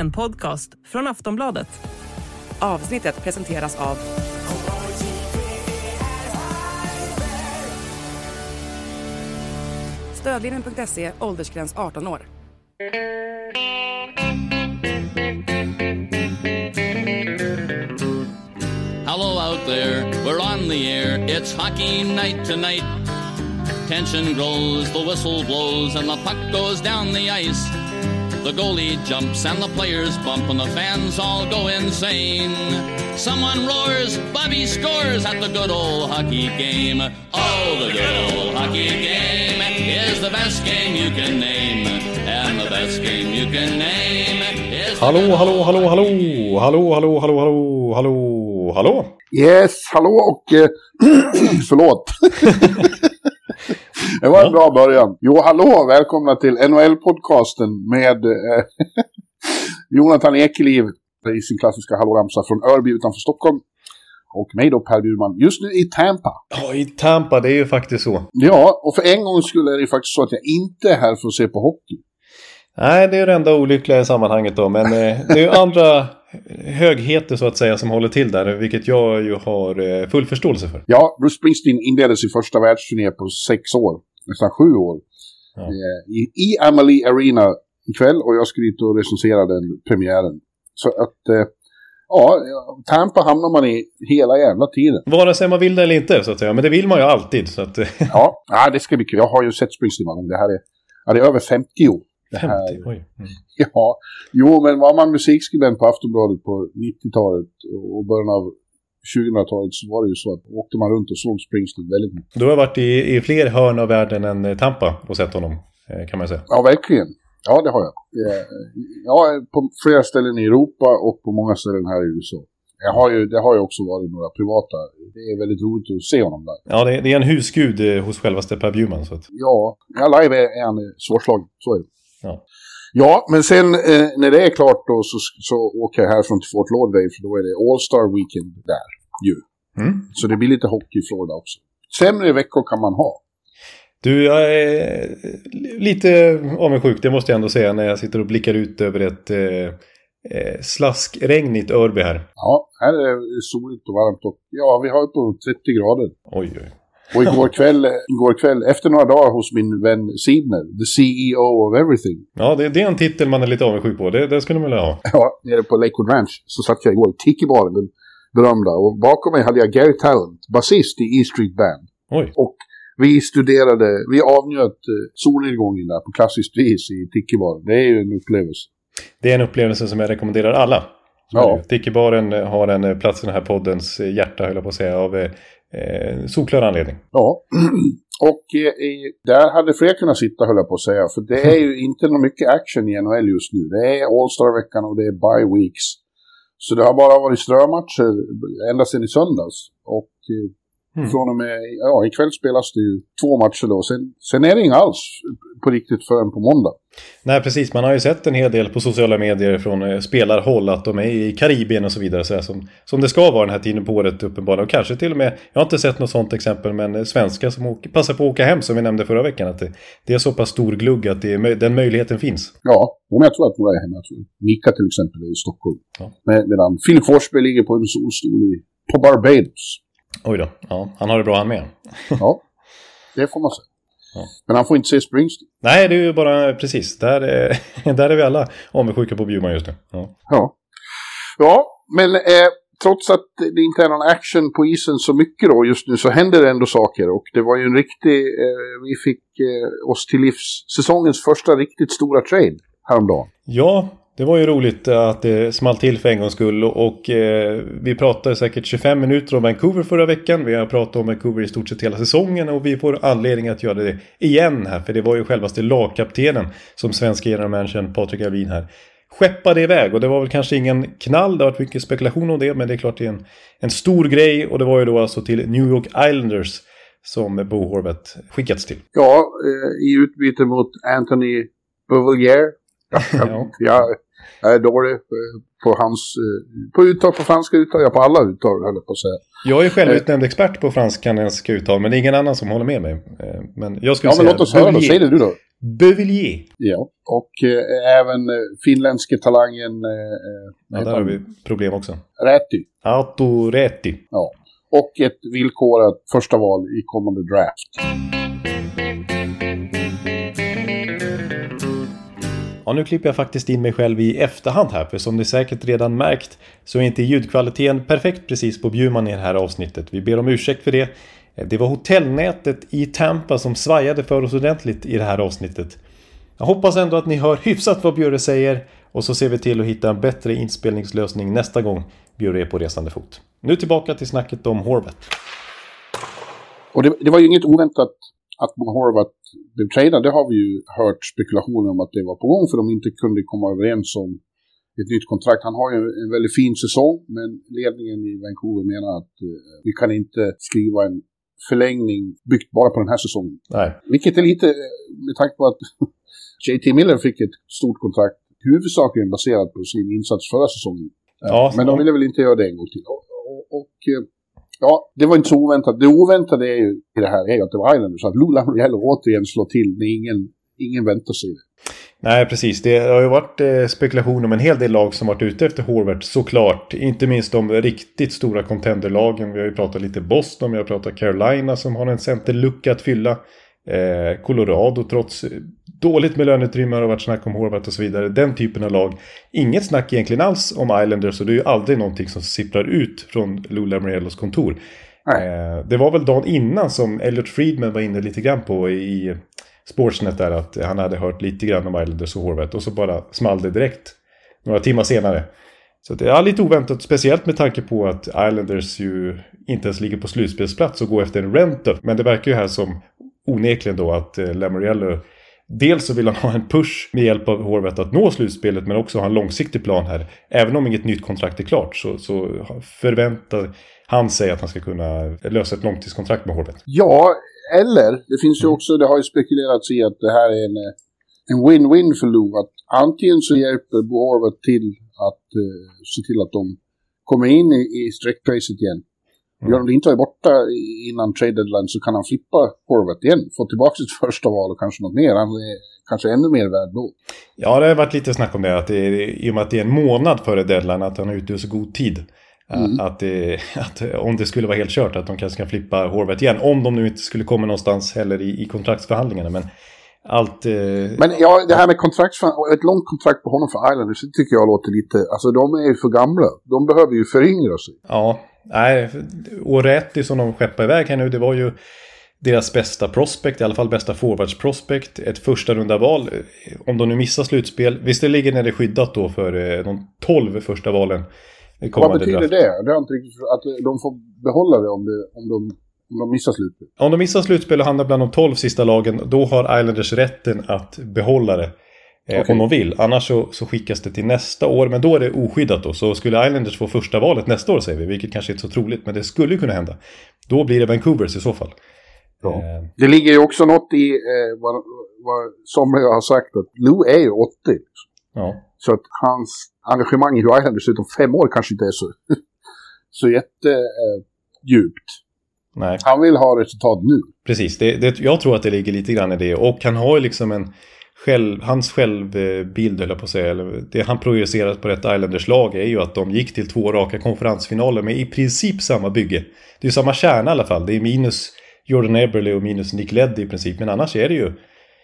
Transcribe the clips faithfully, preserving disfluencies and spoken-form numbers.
en podcast från Aftonbladet. Avsnittet presenteras av Stödlinjen punkt se, åldersgräns arton år. Hello out there, we're on the air, it's hockey night tonight. Tension grows, the whistle blows, and the puck goes down the ice. The goalie jumps and the players bump and the fans all go insane. Someone roars, Bobby scores at the good old hockey game. Oh, the good old hockey game is the best game you can name. And the best game you can name is... Hallå, hallå, hallå, hallå, hallå, hallå, hallå, hallå, hallå, hallå. Yes, hallå och... Eh, förlåt. Det var en bra början. Jo, hallå, välkomna till N H L-podcasten med eh, Jonathan Ekeliv i sin klassiska hallåramsa från Örby utanför Stockholm. Och mig då, Per Bjurman, just nu i Tampa. Ja, i Tampa, det är ju faktiskt så. Ja, och för en gång skulle det faktiskt så att jag inte är här för att se på hockey. Nej, det är det enda olyckliga i sammanhanget då. Men eh, det är ju andra högheter så att säga som håller till där, vilket jag ju har eh, full förståelse för. Ja, Bruce Springsteen inledde sin första världsturné på sex år, nästan sju år. Ja. Eh, i, I Amalie Arena ikväll, och jag ska dit och recensera den premiären. Så att, eh, ja, Tampa hamnar man i hela jävla tiden. Vare sig man vill det eller inte, så att säga. Men det vill man ju alltid. Så att, ja, ja, det ska bli kul. Jag har ju sett Springsteen någon gång. Det här är, ja, det är över femtio år. femtio, oj. Mm. Ja, jo, men var man musikskribent på Aftonbladet på nittiotalet och början av tjugohundratalet så var det ju så att åkte man runt och såg Springsteen väldigt mycket. Du har varit i, i fler hörn av världen än Tampa och sett honom, kan man säga. Ja, verkligen. Ja, det har jag. Ja, på flera ställen i Europa och på många ställen här i U S A. Jag har ju, det har ju också varit några privata. Det är väldigt roligt att se honom där. Ja, det, det är en husgud hos självaste Per Bjurman. Så att... Ja, ja, live är, är han svårslagen. Så är det. Ja. Ja, men sen eh, när det är klart då så, så åker jag härifrån till Fort Lauderdale, för då är det All-Star Weekend där ju. Mm. Så det blir lite hockey i Florida också. Sämre veckor kan man ha. Du, jag är lite avundsjuk, det måste jag ändå säga, när jag sitter och blickar ut över ett eh, slaskregnigt Örby här. Ja, här är det soligt och varmt och ja, vi har på trettio grader. Oj, oj. Och igår kväll, igår kväll, efter några dagar hos min vän Sibner, the C E O of everything. Ja, det, det är en titel man är lite avundsjuk på. Det, det skulle man vilja ha. Ja, nere på Lakewood Ranch så satt jag igår i Tiki-baren, den berömda. Och bakom mig hade jag Gary Talent, basist i E Street Band. Oj. Och vi studerade, vi avnjöt solnedgången där på klassiskt vis i Tiki-baren. Det är ju en upplevelse. Det är en upplevelse som jag rekommenderar alla. Ja. Tiki-baren har en plats i den här poddens hjärta, höll jag på att säga, av eh, solklar anledning. Ja, och eh, där hade fler kunnat sitta, höll jag på att säga. För det är ju inte något mycket action i N H L just nu. Det är All-Star-veckan och det är bye weeks. Så det har bara varit strömmatcher ända sedan i söndags. Och eh, mm. från och med, ja, ikväll spelas det ju två matcher då. Sen, sen är det inga alls på riktigt förrän på måndag. Nej, precis. Man har ju sett en hel del på sociala medier från eh, spelarhåll att de är i Karibien och så vidare. Så här, som, som det ska vara den här tiden på året uppenbarligen. Och kanske till och med, jag har inte sett något sånt exempel, men eh, svenskar som åker, passar på att åka hem, som vi nämnde förra veckan. Att det, det är så pass stor glugg att det är, den möjligheten finns. Ja, om jag tror att några är hemma. Jag tror Mika till exempel är i Stockholm. Ja. Med, medan Phil Forsberg ligger på en solstol i, på Barbados. Oj då, ja, han har det bra han med. Ja, det får man säga. Ja. Men han får inte se Springsteen. Nej, det är ju bara precis. Där är, där är vi alla avundsjuka på Bjurman just nu. Ja, ja. ja men eh, trots att det inte är någon action på isen så mycket då just nu, så händer det ändå saker. Och det var ju en riktig, eh, vi fick eh, oss till livs säsongens första riktigt stora trade häromdagen. Ja, det var ju roligt att det small till för en gångs skull. Och eh, vi pratade säkert tjugofem minuter om Vancouver förra veckan. Vi har pratat om Vancouver i stort sett hela säsongen. Och vi får anledning att göra det igen här. För det var ju självaste lagkaptenen som svenska generalmanagern Patrik Allvin här skeppade iväg. Och det var väl kanske ingen knall. Det har varit mycket spekulation om det. Men det är klart det är en, en stor grej. Och det var ju då alltså till New York Islanders som Bo Horvath skickats till. Ja, eh, i utbyte mot Anthony Beauvillier. Ja. Jag, jag är dålig på hans på uttal, på franska uttal, jag på alla uttal, höll jag på att säga. Jag är själv utnämnd expert på fransk-kanadenska uttal, men det är ingen annan som håller med mig. Men jag skulle ja, men säga låt oss höra då, säg det du då. Beauvillier. Ja, och eh, även eh, finländske talangen... Eh, ja, där har vi problem också. Räti. Arto Räti. Ja, och ett villkorat första val i kommande draft. Ja, nu klipper jag faktiskt in mig själv i efterhand här, för som ni säkert redan märkt så är inte ljudkvaliteten perfekt precis på Bjurman i det här avsnittet. Vi ber om ursäkt för det. Det var hotellnätet i Tampa som svajade för oss ordentligt i det här avsnittet. Jag hoppas ändå att ni hör hyfsat vad Bjurre säger, och så ser vi till att hitta en bättre inspelningslösning nästa gång Bjurre är på resande fot. Nu tillbaka till snacket om Horvat. Och det, det var ju inget oväntat att Horvat blev tradad. Det har vi ju hört spekulationer om att det var på gång, för de inte kunde komma överens om ett nytt kontrakt. Han har ju en väldigt fin säsong, men ledningen i Vancouver menar att uh, vi kan inte skriva en förlängning byggt bara på den här säsongen. Nej. Vilket är lite, med tanke på att J T Miller fick ett stort kontrakt huvudsakligen baserat på sin insats förra säsongen. Ja, men de ville väl inte göra det en gång till. Och, och, och ja, det var inte så oväntat. Det oväntade är ju i det här är ju att det var Islanders. Så att Lou Lamoriello återigen slår till när ingen, ingen väntar sig det. Nej, precis. Det har ju varit eh, spekulation om en hel del lag som varit ute efter Horvat, såklart. Inte minst de riktigt stora contenderlagen. Vi har ju pratat lite Boston, vi har pratat Carolina som har en centerlucka att fylla. Eh, Colorado, trots dåligt med löneutrymme, har varit snack om Horvat och så vidare. Den typen av lag. Inget snack egentligen alls om Islanders, så det är ju aldrig någonting som sipprar ut från Lou Lamoriellos kontor. Eh, det var väl dagen innan som Elliot Friedman var inne lite grann på i Sportsnet där, att han hade hört lite grann om Islanders och Horvat, och så bara small det direkt några timmar senare. Så det är lite oväntat, speciellt med tanke på att Islanders ju inte ens ligger på slutspelsplats och går efter en rent-up. Men det verkar ju här som onekligen då att eh, Lamoriello, dels så vill han ha en push med hjälp av Horvat att nå slutspelet, men också ha en långsiktig plan här. Även om inget nytt kontrakt är klart, så, så förväntar han sig att han ska kunna lösa ett långtidskontrakt med Horvat. Ja, eller det finns ju också, det har ju spekulerats i att det här är en, en win-win för Lou. Att antingen så hjälper Horvat till att uh, se till att de kommer in i, i sträckracet igen. Mm. Gör de inte är borta innan trade deadline, så kan han flippa Horvat igen. Få tillbaka sitt första val och kanske något mer. Han är kanske ännu mer värd då. Ja, det har varit lite snack om det. Att det är, i och med att det är en månad före deadline, att han är ute i så god tid. Mm. Att, det, att om det skulle vara helt kört att de kanske kan flippa Horvat igen. Om de nu inte skulle komma någonstans heller i, i kontraktsförhandlingarna. Men allt... Eh... Men ja, det här med kontraktsförhandlingar, ett långt kontrakt på honom för Islanders, det tycker jag låter lite... Alltså de är ju för gamla. De behöver ju föryngra sig. Ja, nej. Och rätt som de skeppar iväg här nu, det var ju deras bästa prospect, i alla fall bästa forwards prospect. Ett första runda val. Om de nu missar slutspel. Visst, det ligger när det är skyddat då för eh, de tolv första valen. Vad betyder draft. det? Det är inte riktigt att de får behålla det om, det, om, de, om de missar slutspel. Om de missar slutspel och hamnar bland de tolv sista lagen, då har Islanders rätten att behålla det. Eh, okay. Om de vill. Annars så, så skickas det till nästa år, men då är det oskyddat då. Så skulle Islanders få första valet nästa år, säger vi, vilket kanske inte är så troligt, men det skulle kunna hända. Då blir det Vancouvers i så fall. Ja. Eh. Det ligger ju också något i eh, vad, vad somliga har sagt, att Lou är ju åttio. Ja. Så att hans engagemang i Islanders utom fem år kanske inte är så, så jättedjupt. Eh, Nej. Han vill ha resultat nu. Precis, det, det, jag tror att det ligger lite grann i det. Och han har ju liksom en själv, hans självbild, eller på att säga, eller det han projicerat på rätt Islanders lag är ju att de gick till två raka konferensfinaler med i princip samma bygge. Det är ju samma kärna i alla fall. Det är minus Jordan Eberle och minus Nick Leddy i princip. Men annars är det ju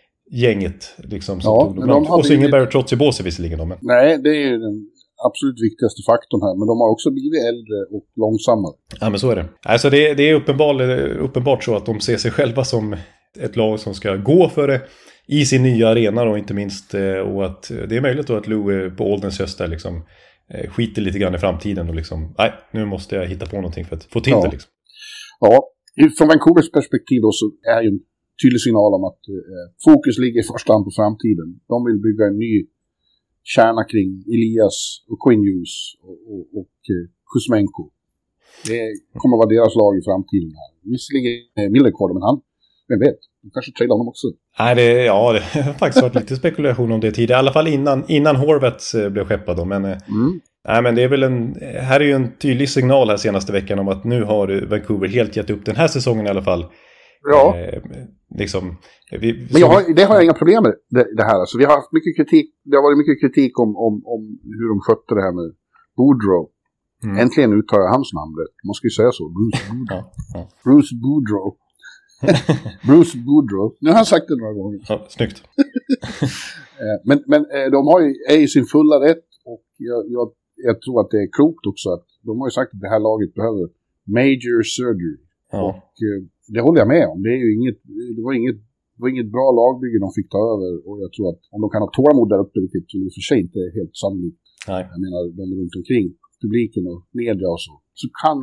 gänget liksom som ja, tog dem. Och så ingen Barrett Trotz i båset visserligen. Men... Nej, det är ju den absolut viktigaste faktorn här. Men de har också blivit äldre och långsammare. Ja, men så är det. Alltså det, det är uppenbart, uppenbart så att de ser sig själva som ett lag som ska gå för det i sin nya arena och inte minst. Och att det är möjligt då att Lou på ålderns höst där liksom skiter lite grann i framtiden och liksom, nej, nu måste jag hitta på någonting för att få till ja. det liksom. Ja, från Vancouvers perspektiv då så är ju en tydlig signal om att eh, fokus ligger i första hand på framtiden. De vill bygga en ny kärna kring Elias och Quinn Hughes och, och, och eh, Kuzmenko. Det kommer att vara deras lag i framtiden här. Visserligen eh, Millerkvar, men han, vem vet, de kanske tradar honom också. Nej, det, ja, det har faktiskt varit lite spekulation om det tidigare. I alla fall innan, innan Horvat eh, blev skeppad då, men... Eh, mm. Nej, men det är väl en, här är ju en tydlig signal här senaste veckan om att nu har Vancouver helt gett upp den här säsongen i alla fall. Ja. Eh, liksom... Vi, Men jag har, det har jag inga problem med det, det här. Alltså, vi har haft mycket kritik, det har varit mycket kritik om, om, om hur de skötte det här med Boudreau. Mm. Äntligen uttalar jag hans namn rätt. Man ska ju säga så. Bruce Boudreau. Ja, ja. Bruce Boudreau. Bruce Boudreau. Nu har jag sagt det några gånger. Ja, snyggt. men men de har ju, är i sin fulla rätt. Och jag, jag, jag tror att det är klokt också. Att de har ju sagt att det här laget behöver major surgery. Ja. Och det håller jag med om. Det, är ju inget, det, var inget, det var inget bra lagbygge de fick ta över. Och jag tror att om de kan ha tålamod där uppe, vilket i och för sig inte är helt sannolikt. Nej. Jag menar, de är runt omkring publiken och media och så. Så kan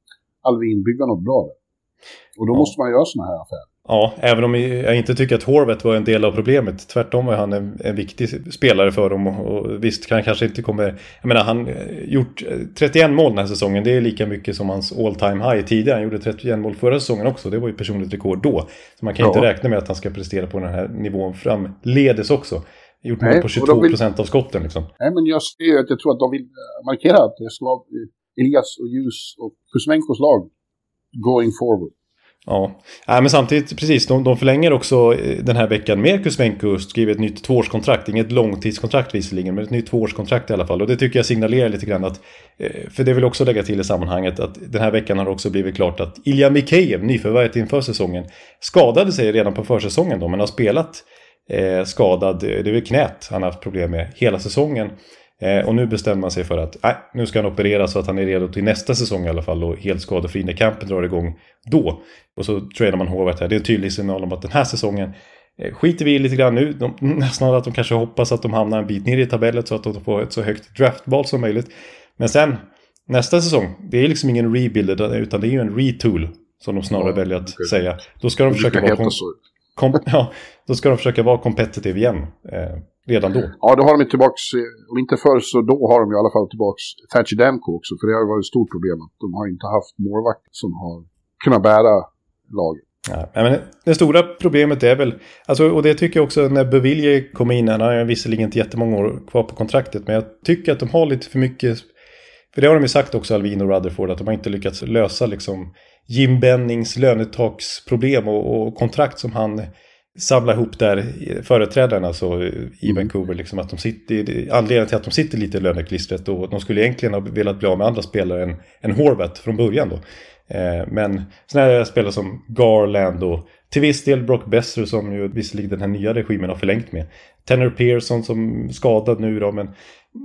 Alvin bygga något bra där. Och då ja. måste man göra såna här affärer. Ja, även om jag inte tycker att Horvath var en del av problemet. Tvärtom var han en, en viktig spelare för dem. Och, och visst, kan han kanske inte kommer... Jag menar, han gjort trettioen mål den här säsongen. Det är lika mycket som hans all-time high tidigare. Han gjorde trettioen mål förra säsongen också. Det var ju personligt rekord då. Så man kan ja. inte räkna med att han ska prestera på den här nivån framledes också. Gjort mål på tjugotvå procent vill... av skotten liksom. Nej, men jag ser ju att jag tror att de vill markera att det ska vara Elias och Ljus och Kuzmenkos lag going forward. Ja, ja men samtidigt, precis, de, de förlänger också den här veckan med Kuzmenko, skriver ett nytt tvåårskontrakt, inget långtidskontrakt visserligen, men ett nytt tvåårskontrakt i alla fall. Och det tycker jag signalerar lite grann att, för det vill också lägga till i sammanhanget, att den här veckan har också blivit klart att Ilja Mikheyev, nyförvärvet inför säsongen, skadade sig redan på försäsongen då, men har spelat eh, skadad, det är väl knät han har haft problem med hela säsongen. Eh, och nu bestämmer man sig för att nej, nu ska han operera så att han är redo till nästa säsong i alla fall, och helt skadefri när campen drar igång då. Och så tradar man Horvath här. Det är en tydlig signal om att den här säsongen eh, skiter vi lite grann nu. De, nästan att de kanske hoppas att de hamnar en bit ner i tabellet så att de får ett så högt draftball som möjligt. Men sen nästa säsong, det är liksom ingen rebuild utan det är ju en retool som de snarare ja, väljer att okay. säga. Då ska de försöka vara kom- kom- ja, då ska de försöka vara competitive igen. Eh, Redan då? Ja, då har de tillbaks, om inte förr så då har de i alla fall tillbaks Thatcher Demko också. För det har ju varit ett stort problem att de har inte haft målvakt som har kunnat bära laget. Ja, men det stora problemet är väl, alltså, och det tycker jag också när Bevilje kom in, han har visserligen inte jättemånga år kvar på kontraktet, men jag tycker att de har lite för mycket, för det har de ju sagt också, Alvin och Rutherford, att de har inte lyckats lösa liksom Jim Bennings lönetaksproblem och, och kontrakt som han samla ihop där företrädarna alltså i Vancouver liksom, att de sitter, anledningen till att de sitter lite i löneklistret, och de skulle egentligen ha velat bli av med andra spelare än, än Horvath från början då. Eh, men sådana här spelare som Garland och till viss del Brock Besser som ju visserligen den här nya regimen har förlängt med. Tanner Pearson som skadad nu då, men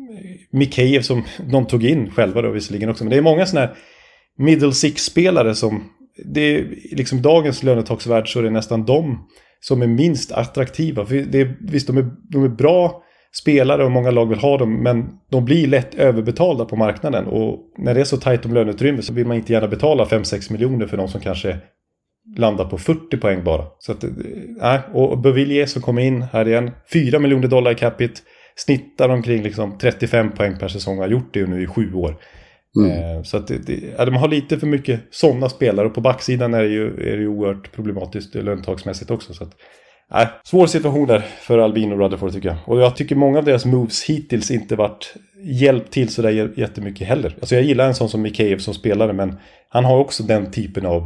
Mikheyev som de tog in själva då visserligen också. Men det är många sådana här middle six-spelare som det är liksom dagens lönetaksvärld, så är det nästan de som är minst attraktiva. För det är, visst, de är, de är bra spelare och många lag vill ha dem, men de blir lätt överbetalda på marknaden. Och när det är så tajt om löneutrymme så vill man inte gärna betala fem sex miljoner för någon som kanske landar på fyrtio poäng bara. Så att, nej, och Bevilje som kommer in här igen, fyra miljoner dollar i capita, snittar omkring liksom trettiofem poäng per säsong, har gjort det nu i sju år. Mm. Så att det, det, ja, de har lite för mycket sådana spelare, och på backsidan är det ju, är det ju oerhört problematiskt löntagsmässigt också. Så att, nej, svår situation där för Albin och Rutherford tycker jag. Och jag tycker många av deras moves hittills inte varit hjälpt till så där jättemycket heller. Alltså jag gillar en sån som Mikheyev som spelare, men han har också den typen av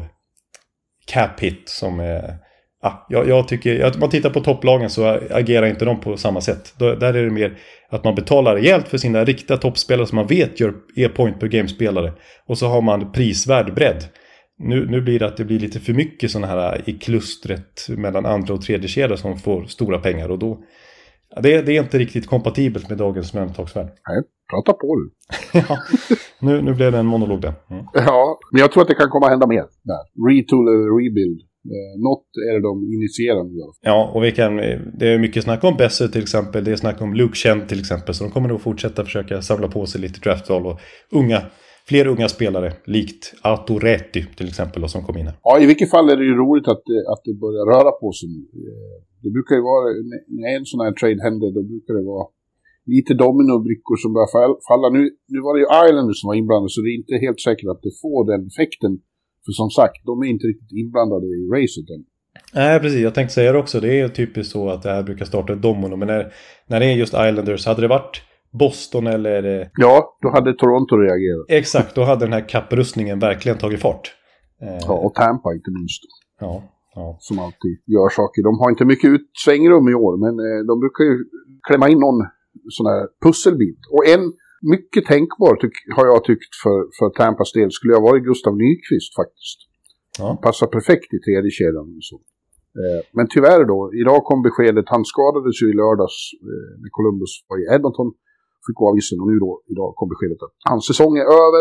cap hit som är... Ja, jag, jag tycker, att man tittar på topplagen så agerar inte de på samma sätt. Då, där är det mer att man betalar rejält för sina riktiga toppspelare som man vet gör e-point per game-spelare. Och så har man prisvärd bredd. Nu, nu blir det att det blir lite för mycket sådana här i klustret mellan andra och tredje kedjor som får stora pengar. Och då, ja, det, det är inte riktigt kompatibelt med dagens lönetagsvärld. Nej, prata på du. Ja, nu, nu blev det en monolog där. Mm. Ja, men jag tror att det kan komma att hända mer där. Retool eller rebuild. Eh, något är det de initierande. Ja, och vi kan, det är mycket snack om Besser till exempel. Det är snack om Luke Chen till exempel. Så de kommer nog fortsätta försöka samla på sig lite draftval och unga, fler unga spelare. Likt Arto Räty till exempel då, som kom in här. Ja, i vilket fall är det ju roligt att, att det börjar röra på sig. Det brukar ju vara, när en sån här trade händer, då brukar det vara lite dominobrickor som börjar falla. Nu, nu var det ju Islanders som var inblandade, så det är inte helt säkert att det får den effekten. För som sagt, de är inte riktigt inblandade i racet än. Nej, precis. Jag tänkte säga det också. Det är typiskt så att det här brukar starta ett domino. Men när, när det är just Islanders, hade det varit Boston eller... Ja, då hade Toronto reagerat. Exakt, då hade den här kapprustningen verkligen tagit fart. Ja, och Tampa inte minst. Ja, Ja. Som alltid gör saker. De har inte mycket ut svängrum i år, men eh, de brukar ju klämma in någon sån här pusselbit. Och en mycket tänkbar tyck, har jag tyckt för, för Tampas del skulle ha varit Gustav Nyqvist faktiskt. Ja. Passar perfekt i tredje kedjan och så. Eh, men tyvärr då, idag kom beskedet, han skadades ju i lördags eh, när Columbus var i Edmonton, fick gå av isen, och nu då, idag kom beskedet att hans säsong är över.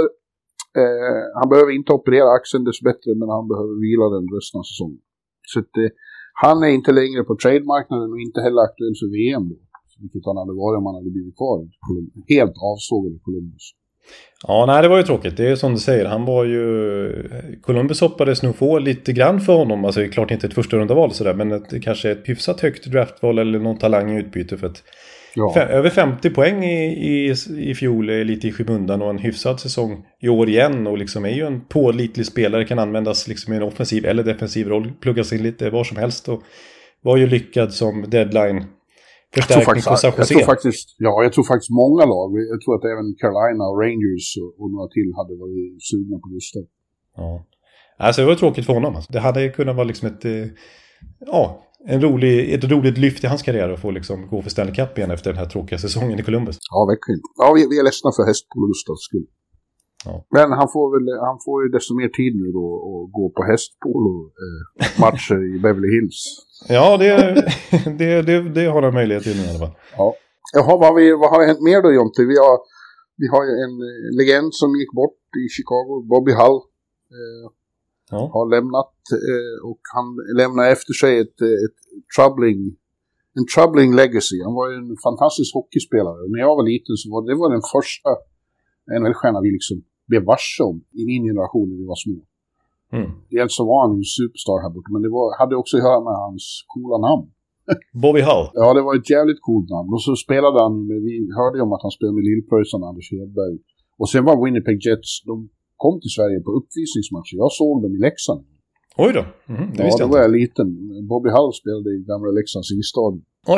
Eh, han behöver inte operera axeln dess bättre, men han behöver vila den resten av säsongen. Så att, eh, han är inte längre på trademarknaden och inte heller aktuell för V M då. Vilket han hade varit om han hade blivit kvar i Columbus. Helt avsågad i Columbus. Ja, nej, det var ju tråkigt. Det är som du säger, han var ju... Columbus hoppades nog få lite grann för honom. Alltså klart inte ett första runda val sådär, men ett, kanske ett hyfsat högt draftval eller någon talang i utbyte för att ja. fem, över femtio poäng i, i, i fjol är lite i skymundan och en hyfsad säsong i år igen, och liksom är ju en pålitlig spelare, kan användas liksom i en offensiv eller defensiv roll, pluggas in lite var som helst, och var ju lyckad som deadline. Jag tror, faktiskt, jag tror faktiskt, ja, jag tror faktiskt många lag, jag tror att även Carolina och Rangers och, och några till hade varit sugna på Gustav. Ja, alltså det var tråkigt för honom. Alltså. Det hade kunnat vara liksom ett, ja, en rolig, ett roligt lyft i hans karriär att få liksom gå för Stanley Cup igen efter den här tråkiga säsongen i Columbus. Ja, verkligen. Ja, vi, vi är ledsna för hästpolo Gustavs skull. Ja. Men han får väl, han får ju desto mer tid nu då att gå på hästpolo eh, matcher i Beverly Hills. Ja, det, det, det, det har han möjlighet till nu i alla fall. Ja. Jaha, vad har, vi, vad har hänt mer då, Jonte? Vi har, vi har ju en legend som gick bort i Chicago, Bobby Hull. Eh, ja. Har lämnat eh, och han lämnar efter sig ett, ett troubling, en troubling legacy. Han var ju en fantastisk hockeyspelare. När jag var liten så var det var den första N H L-stjärna vi liksom blev varse om i min generation när vi var små. Mm. Dels så var han en superstar här borta, men det var, hade också att göra med hans coola namn. Bobby Hull? Ja, det var ett jävligt coolt namn. Och så spelade han, med, vi hörde om att han spelade med Lillpröjsan och Anders Hedberg. Och sen var Winnipeg Jets, de kom till Sverige på uppvisningsmatcher. Jag såg dem i Leksand. Oj då. Mm, det ja, då var jag liten. Bobby Hull spelade i gamla Leksands istad. Oj.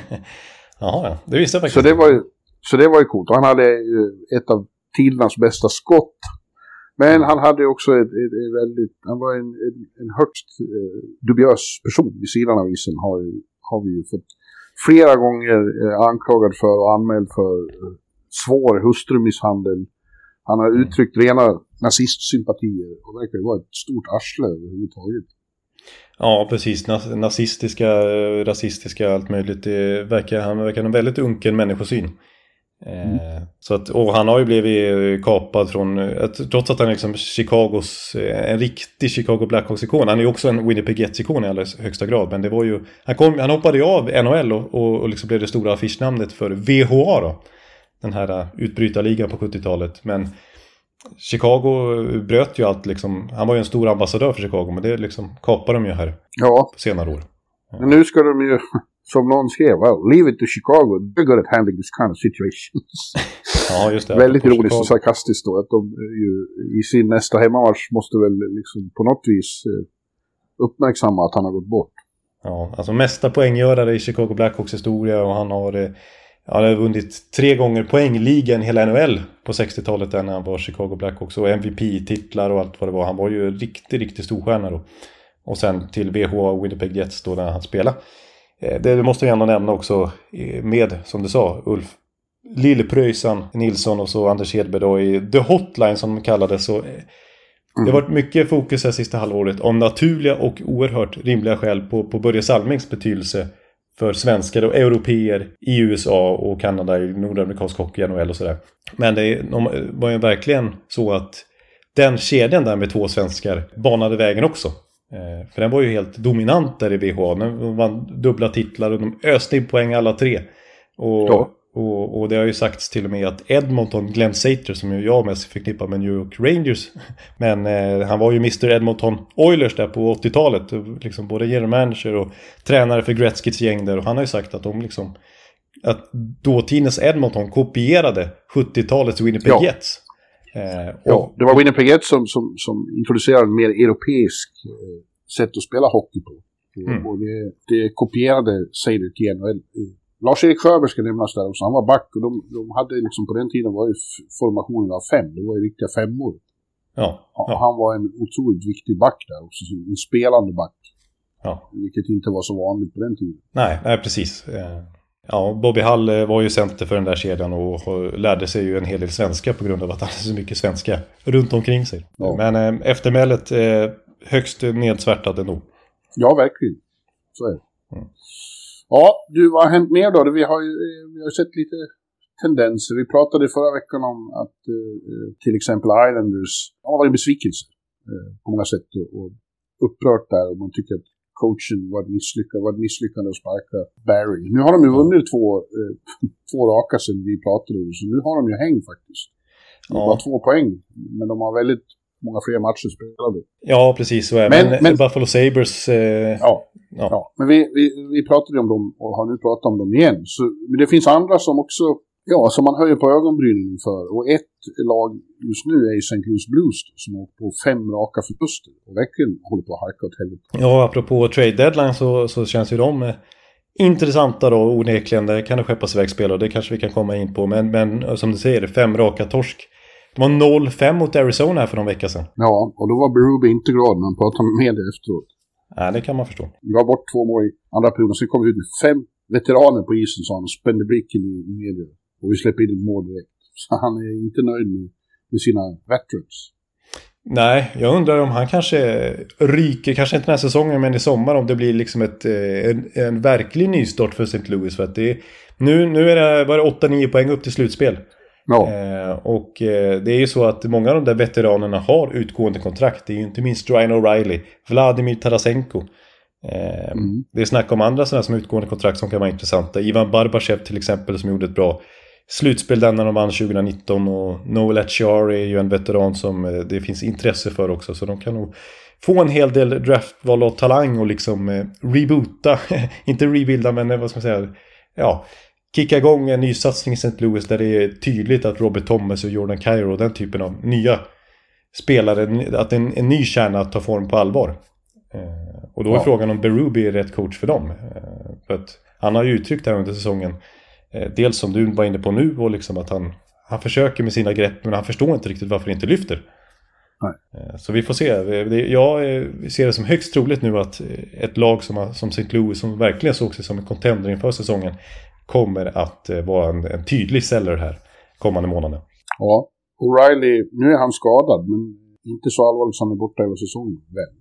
Jaha, ja. Det visste jag faktiskt. Så det var ju, så det var ju coolt. Och han hade ett av tidernas bästa skott. Men han hade också ett, ett, ett väldigt, han var en, en, en högst eh, dubiös person vid sidan av isen, har, har vi ju fått flera gånger eh, anklagad för och anmäld för eh, svår hustrumisshandel. Han har mm. uttryckt rena nazistsympatier och verkar ju vara ett stort arsle överhuvudtaget. Ja, precis. Nazistiska, rasistiska, allt möjligt. Det verkar, han verkar en väldigt unken människosyn. Mm. Så att, och han har ju blivit kapad från, trots att han är liksom Chicagos, en riktig Chicago Blackhawks-ikon. Han är ju också en Winnipeg Jets-ikon i allra högsta grad. Men det var ju, han, kom, han hoppade ju av N H L och, och, och liksom blev det stora affischnamnet för V H A då. Den här utbrytarligan på sjuttiotalet. Men Chicago bröt ju allt liksom, han var ju en stor ambassadör för Chicago, men det liksom kapade de ju här ja. På senare år. Ja. Men nu ska de ju, som någon skrev, well, leave it to Chicago, they're good at handling this kind of situations. Ja, just det. Väldigt ironiskt och sarkastiskt då, att de ju i sin nästa hemmamatch måste väl liksom på något vis uppmärksamma att han har gått bort. Ja, alltså mesta poänggörare i Chicago Blackhawks historia, och han har, ja, han har vunnit tre gånger poängligan i hela N H L på sextiotalet när han var Chicago Blackhawks, och M V P-titlar och allt vad det var. Han var ju en riktigt, riktigt storstjärna då. Och sen till V H A Winnipeg Jets då när han spelade. Det måste jag ändå nämna också med, som du sa, Ulf Lillpröjsan Nilsson och så Anders Hedberg då i The Hotline som de kallades. Så det har varit mycket fokus här sista halvåret om naturliga och oerhört rimliga skäl på, på Börje Salmings betydelse för svenskar och europeer i U S A och Kanada i nordamerikansk hockey, N H L och sådär. Men det var ju verkligen så att den kedjan där med två svenskar banade vägen också. För den var ju helt dominant där i V H A. Den vann dubbla titlar och de öste in poäng alla tre. Och, ja. och, och det har ju sagts till och med att Edmonton, Glenn Sater, som ju jag mest förknippar med New York Rangers, men eh, han var ju mister Edmonton Oilers där på åttiotalet, liksom både general manager och tränare för Gretzkys gäng där, och han har ju sagt att de liksom att dåtidens Edmonton kopierade sjuttiotalets Winnipeg ja. Jets. Eh, och, ja, det var Winnipeg Jets som, som, som introducerade en mer europeisk eh, sätt att spela hockey på. Mm. Och det, det kopierade Sader till N H L. Lars-Erik Sjöberg ska nämnas där också. Han var back, och de, de hade liksom på den tiden var ju formationen av fem. Det var ju riktiga femmor. Ja, ja. Han var en otroligt viktig back där också, en spelande back. Ja. Vilket inte var så vanligt på den tiden. Nej, nej precis. Ja, Bobby Hull var ju center för den där kedjan och lärde sig ju en hel del svenska på grund av att han hade så mycket svenska runt omkring sig. Ja. Men eh, eftermälet eh, högst nedsvärtad ändå. Ja, verkligen. Så är det. Mm. Ja, du, vad har hänt mer då? Vi har ju vi har sett lite tendenser. Vi pratade förra veckan om att eh, till exempel Islanders har varit besvikelse eh, på många sätt och, och upprört där. Och man tycker att coachen var misslyckad, var misslyckande att sparka Barry. Nu har de ju vunnit två, eh, två raka sedan vi pratade, så nu har de ju häng faktiskt. De har ja. två poäng, men de har väldigt många fler matcher spelade. Ja, precis så är men, men, men Buffalo Sabres... Eh, ja, ja. ja, men vi, vi, vi pratade om dem och har nu pratat om dem igen. Så, men det finns andra som också, ja, som man höjer på ögonbrynen för. Och ett lag just nu är ju Saint Louis Blues som har på fem raka förluster och verkligen håller på att harka åt helvete. Ja, apropå trade deadline så, så känns ju de eh, intressanta då, onekligen. Där kan det skeppas iväg spel och det kanske vi kan komma in på. Men, men som du säger, fem raka torsk. Det var noll fem mot Arizona här för någon vecka sedan. Ja, och då var Berube inte glad när han pratade med det efteråt. Nej, det kan man förstå. Vi var bort två mål i andra perioden, så kom vi ut med fem veteraner på isen, så han spände blicken i media. Och vi släppte in ett mål direkt. Så han är inte nöjd med, med sina veterans. Nej, jag undrar om han kanske ryker, kanske inte den här säsongen, men i sommar om det blir liksom ett, en, en verklig nystart för Saint Louis. För att det är, nu, nu är det bara åtta nio poäng upp till slutspel. Ja. Eh, och eh, det är ju så att många av de där veteranerna har utgående kontrakt. Det är ju inte minst Ryan O'Reilly, Vladimir Tarasenko. Eh, mm. Det är snack om andra sådana som utgående kontrakt som kan vara intressanta. Ivan Barbashev till exempel, som gjorde ett bra slutspel där när de vann tjugonitton. Och Noel Acciari är ju en veteran som eh, det finns intresse för också. Så de kan nog få en hel del draftval och talang och liksom eh, reboota, inte rebuilda, men eh, vad ska man säga, ja, kicka igång en ny satsning i Saint Louis där det är tydligt att Robert Thomas och Jordan Kyrou och den typen av nya spelare, att en, en ny kärna tar form på allvar. Eh, och då är ja. frågan om Berube är rätt coach för dem. Eh, för att han har ju uttryckt här under säsongen, eh, dels som du var inne på nu, och liksom att han, han försöker med sina grepp, men han förstår inte riktigt varför det inte lyfter. Nej. Eh, så vi får se. Jag eh, ser det som högst troligt nu att ett lag som, som Saint Louis, som verkligen såg sig som en contender inför säsongen, kommer att eh, vara en, en tydlig seller här kommande månaden. Ja, O'Reilly, nu är han skadad, men inte så allvarligt som han är borta hela säsongen, väl?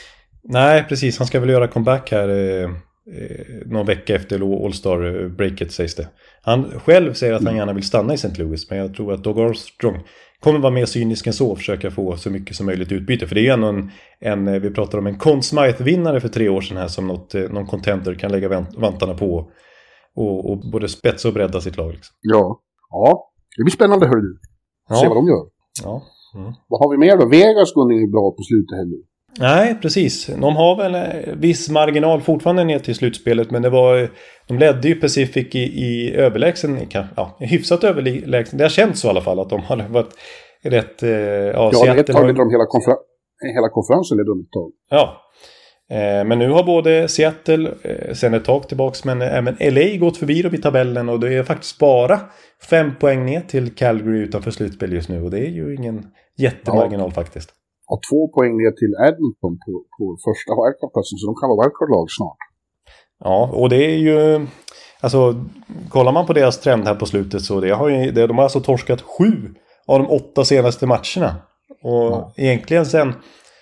Nej, precis. Han ska väl göra comeback här eh, eh, någon vecka efter All-Star-breaket, sägs det. Han själv säger att han gärna vill stanna i Saint Louis, men jag tror att Doug Armstrong kommer vara mer cynisk än så och försöka få så mycket som möjligt utbyte. För det är ju ändå en, en vi pratar om en Conn Smythe-vinnare för tre år sedan här, som något, någon contender kan lägga vänt, vantarna på och, och både spetsa och bredda sitt lag. Liksom. Ja. Ja, det blir spännande, hör du. Ja. Se vad de gör. Ja. Mm. Vad har vi mer då? Vegas går ner bra på slutet här nu. Nej, precis. De har väl en viss marginal fortfarande ner till slutspelet, men det var, de ledde ju Pacific i, i överlägsen, ja, hyfsat överlägsen. Det har känts så i alla fall att de har varit rätt... Eh, ja, ja ett tag ledde de hela, konfer- hela konferensen ledde de ett tag. Ja, eh, men nu har både Seattle eh, sen ett tag tillbaks, men även L A gått förbi dem i tabellen, och det är faktiskt bara fem poäng ner till Calgary utanför slutspel just nu, och det är ju ingen jättemarginal ja. faktiskt. Och två poäng ner till Edmonton på, på första wildcard-platsen, så de kan vara wildcard-lag snart. Ja, och det är ju... Alltså, kollar man på deras trend här på slutet, så det har ju, det, de har alltså torskat sju av de åtta senaste matcherna. Och ja. egentligen sen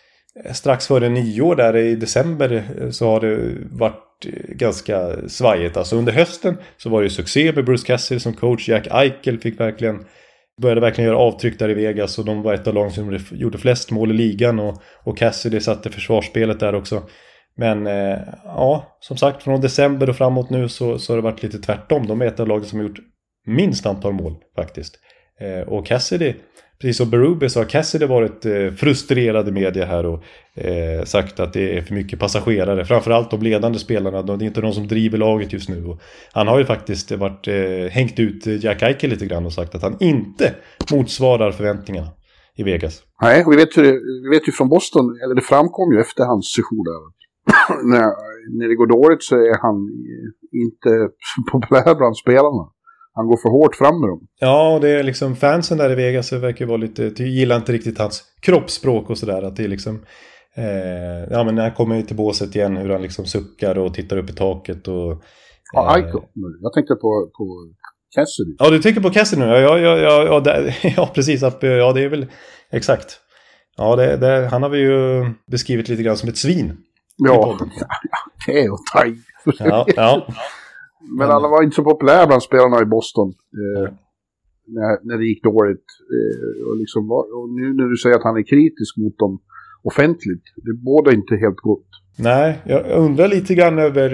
strax före nyår där i december så har det varit ganska svajigt. Alltså under hösten så var det ju succé med Bruce Cassidy som coach. Jack Eichel fick verkligen... började verkligen göra avtryck där i Vegas, och de var ett av lagen som gjorde flest mål i ligan, och, och Cassidy satte försvarsspelet där också. Men eh, ja, som sagt, från december och framåt nu så, så har det varit lite tvärtom. De är ett av lagen som har gjort minst antal mål faktiskt. Eh, och Cassidy, precis som Berube, så har Cassidy varit eh, frustrerad i media här och eh, sagt att det är för mycket passagerare. Framförallt de ledande spelarna, det är inte de som driver laget just nu. Och han har ju faktiskt varit, eh, hängt ut Jack Eichel lite grann och sagt att han inte motsvarar förväntningarna i Vegas. Nej, vi vet ju, vi vet ju från Boston, eller det framkom ju efter hans session där. när, när det går dåligt så är han inte populär bland spelarna. Han går för hårt fram med dem. Ja, och det är liksom fansen där i Vegas verkar vara lite, gillar inte riktigt hans kroppsspråk och sådär. Att det är liksom, Eh, ja, men när han kommer till båset igen, hur han liksom suckar och tittar upp i taket. Och, ja, eh, Icon. Jag tänkte på, på Cassidy. Ja, du tänker på Cassidy nu? Ja, ja, ja, ja, ja, där, ja precis. Ja, det är väl exakt. Ja, det, det, han har vi ju beskrivit lite grann som ett svin. Ja, ja, det är att ta i. Ja, ja. Men alla var inte så populära bland spelarna i Boston. Eh, när, när det gick dåligt. Eh, och, liksom, och nu när du säger att han är kritisk mot dem offentligt. Det båda inte helt gott. Nej, jag undrar lite grann över,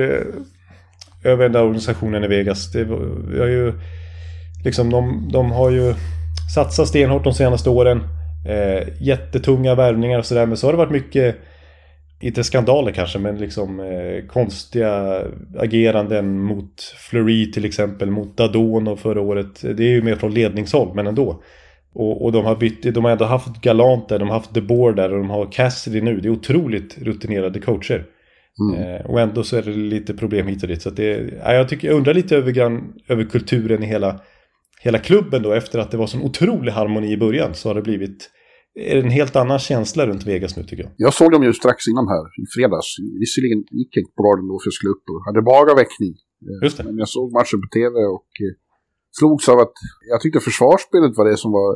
över den där organisationen i Vegas. Det jag ju, liksom, de, de har ju satsat stenhårt de senaste åren. Eh, jättetunga värvningar och sådär. Men så har det varit mycket, inte skandaler kanske, men liksom eh, konstiga ageranden mot Fleury till exempel, mot Dadon och förra året. Det är ju mer från ledningshåll, men ändå. Och, och de har bytt, de har ändå haft Galant där, de har haft De Boer där och de har Cassidy nu. Det är otroligt rutinerade coacher. Mm. Eh, och ändå så är det lite problem hit och dit. Så att det, ja, jag, tycker, jag undrar lite över, grann, över kulturen i hela, hela klubben då. Efter att det var sån otrolig harmoni i början så har det blivit en helt annan känsla runt Vegas nu tycker jag. Jag såg dem ju strax innan här i fredags. Visserligen gick jag inte på raden då för jag skulle upp och hade bagaväckning. Just det. Men jag såg matchen på tv och eh, slogs av att jag tyckte försvarsspelet var det som var...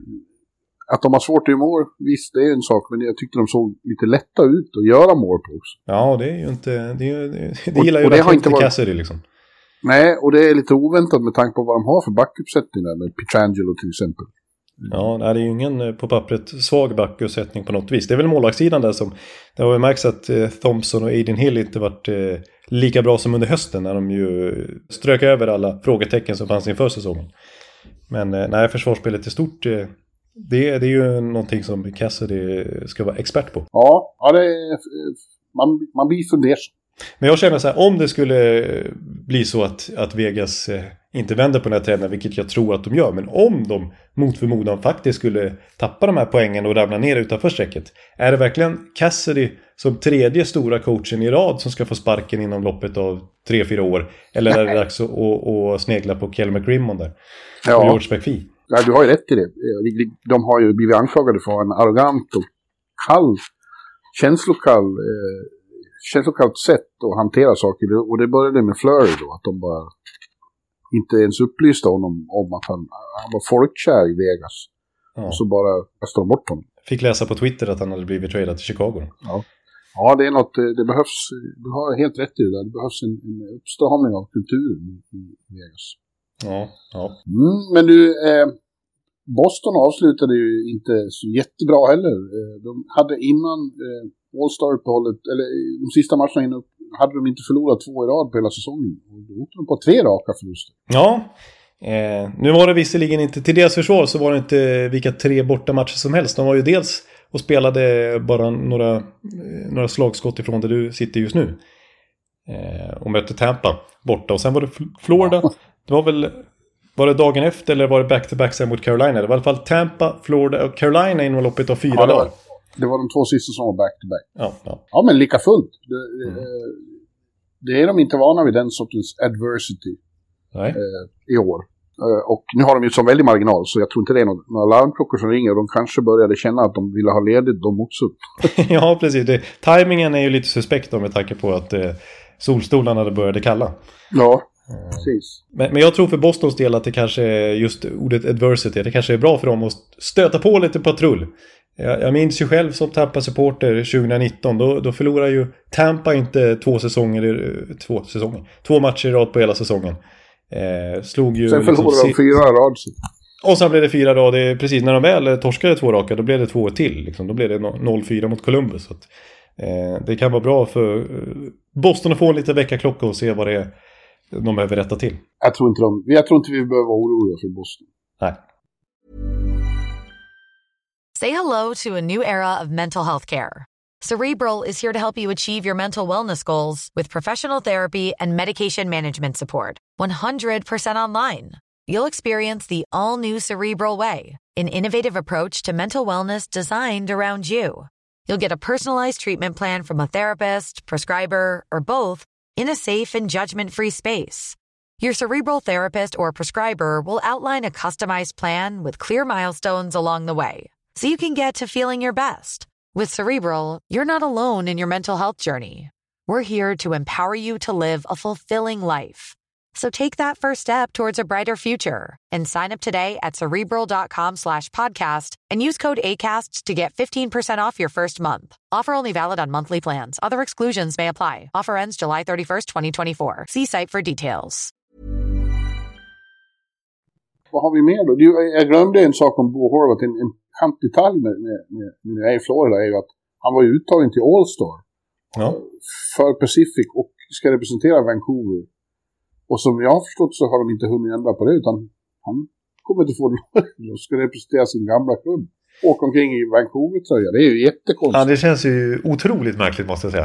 Att de har svårt i mål, visst det är en sak, men jag tyckte de såg lite lätta ut att göra mål på också. Ja, det är ju inte... Det, är, det, det och, gillar ju det inte varit... Cassidy liksom. Nej, och det är lite oväntat med tanke på vad de har för backuppsättningar med Pietrangelo till exempel. Ja, det är ju ingen på pappret svag backuppsättning på något vis. Det är väl målvaktssidan där som... Det har ju märkts att eh, Thompson och Aiden Hill inte varit eh, lika bra som under hösten när de ju strök över alla frågetecken som fanns inför säsongen. Men eh, nej, försvarsspelet är stort... Eh, det, det är ju någonting som Cassidy ska vara expert på. Ja, ja det är, man, man blir fundersam. Men jag känner så här, om det skulle bli så att, att Vegas eh, inte vänder på den här trenden, vilket jag tror att de gör, men om de mot förmodan faktiskt skulle tappa de här poängen och ramla ner utanför strecket, är det verkligen Cassidy som tredje stora coachen i rad som ska få sparken inom loppet av tre, fyra år? Eller är det dags att, att, att snegla på Kelly McGrimmon där? Ja. Och George McPhee? Ja, du har ju rätt i det. De har ju blivit anklagade för en arrogant och kall, känslokall... Eh, känslokallt sätt att hantera saker. Och det började med Fleury då. Att de bara inte ens upplyste honom om att han, han var folkkär i Vegas. Ja. Och så bara kastade de bort honom. Fick läsa på Twitter att han hade blivit tradad till Chicago. Ja, ja det är något, det behövs, du har helt rätt i det där. Det behövs en, en uppstramning av kulturen i, i Vegas. Ja, ja. Mm, men du, eh, Boston avslutade ju inte så jättebra heller. Eh, de hade innan... Eh, All-Star-uppehållet, eller de sista matcherna innan hade de inte förlorat två i rad på hela säsongen. Och då åkte de på tre raka förluster. Ja, eh, nu var det visserligen inte, till deras försvar så var det inte vilka tre borta matcher som helst. De var ju dels och spelade bara några, eh, några slagskott ifrån där du sitter just nu. Eh, och mötte Tampa borta. Och sen var det Florida. Ja. Det var väl, var det dagen efter eller var det back-to-back sen mot Carolina? Det var i alla fall Tampa, Florida och Carolina inom loppet av fyra ja, dagar. Det var de två sista som var back-to-back. Ja, ja. ja men lika fullt. Det, mm. eh, det är de inte vana vid den sortens adversity eh, i år. Eh, och nu har de ju så väldigt marginal så jag tror inte det är några, några larmklockor som ringer. De kanske började känna att de ville ha ledigt dem också. Ja, precis. Det, timingen är ju lite suspekt med tanke på att eh, solstolarna började kalla. Ja, precis. Men, men jag tror för Bostons del att det kanske är just ordet adversity. Det kanske är bra för dem att stöta på lite patrull. Jag, jag minns ju själv som Tampa-supporter tjugonitton. Då, då förlorar ju Tampa inte två säsonger, två säsonger, två matcher i rad på hela säsongen. Eh, slog ju sen förlorade liksom, de fyra rad. Och sen blev det fyra rad. Det, precis när de väl torskade två raka, då blev det två till. Liksom. Då blev det noll fyra mot Columbus. Så att, eh, det kan vara bra för Boston att få en liten veckaklocka och se vad det är de behöver rätta till. Jag tror inte, de, jag tror inte vi behöver vara oroliga för Boston. Nej. Say hello to a new era of mental health care. Cerebral is here to help you achieve your mental wellness goals with professional therapy and medication management support. one hundred percent online. You'll experience the all-new Cerebral Way, an innovative approach to mental wellness designed around you. You'll get a personalized treatment plan from a therapist, prescriber, or both in a safe and judgment-free space. Your Cerebral therapist or prescriber will outline a customized plan with clear milestones along the way, so you can get to feeling your best. With Cerebral, you're not alone in your mental health journey. We're here to empower you to live a fulfilling life. So take that first step towards a brighter future and sign up today at Cerebral.com slash podcast and use code ACAST to get fifteen percent off your first month. Offer only valid on monthly plans. Other exclusions may apply. Offer ends July thirty-first, twenty twenty-four. See site for details. Vad har vi mer då? Jag glömde en sak om Bo Horvath. En, en kantdetalj med, med, med, med när jag är i Florida är ju att han var uttagen till All-Star ja. för Pacific och ska representera Vancouver. Och som jag har förstått så har de inte hunnit ändra på det, utan han kommer inte få det och ska representera sin gamla klubb. Åka omkring i Vancouver, så ja, det är ju jättekonstigt. Ja, det känns ju otroligt märkligt, måste jag säga.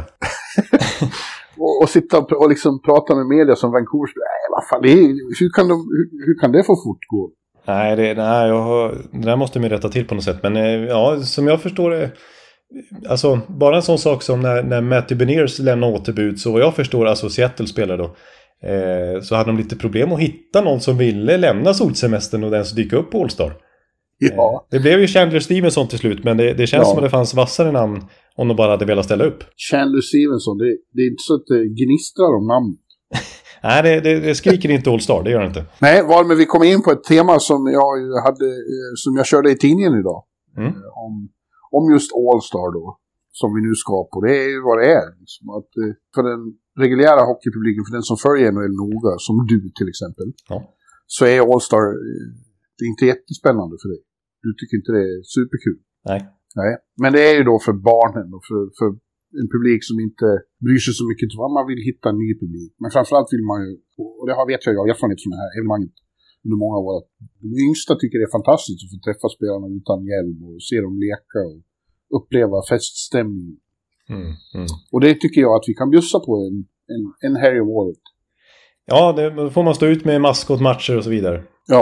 och, och sitta och, och liksom prata med media som Vancouver. Nej, vad fan, det är, hur, kan de, hur, hur kan det få fortgå? Nej, det, nej jag har, det där måste man rätta till på något sätt. Men ja, som jag förstår det, alltså bara en sån sak som när, när Matty Beniers lämnade återbud, så vad jag förstår, alltså Seattle spelar då, eh, så hade de lite problem att hitta någon som ville lämna solsemestern och den som dyka upp på All-Star. Ja. Eh, det blev ju Chandler Stevenson till slut, men det, det känns ja. som att det fanns vassare namn om de bara hade velat ställa upp. Chandler Stevenson, det, det är inte så att det gnistrar om namn. Nej, det, det, det skriker inte All-Star, det gör det inte. Nej, var med vi kom in på ett tema som jag hade, som jag körde i tidningen idag. Mm. Om, om just All-Star då, som vi nu ska på. Det är ju vad det är. Liksom. Att, för den reguljära hockeypubliken, för den som följer N H L noga, som du till exempel, ja. så är All-Star, det är inte jättespännande för dig. Du tycker inte det är superkul. Nej. Nej. Men det är ju då för barnen och för, för en publik som inte bryr sig så mycket till vad man vill hitta en ny publik. Men framförallt vill man ju, och det har vet jag, jag har erfarenhet från det här evenemanget under många år, att de yngsta tycker det är fantastiskt att få träffa spelarna utan hjälm och se dem leka och uppleva feststämningen. Mm, mm. Och det tycker jag att vi kan bjussa på en, en, en här i året. Ja, det får man stå ut med maskotmatcher och så vidare. Ja.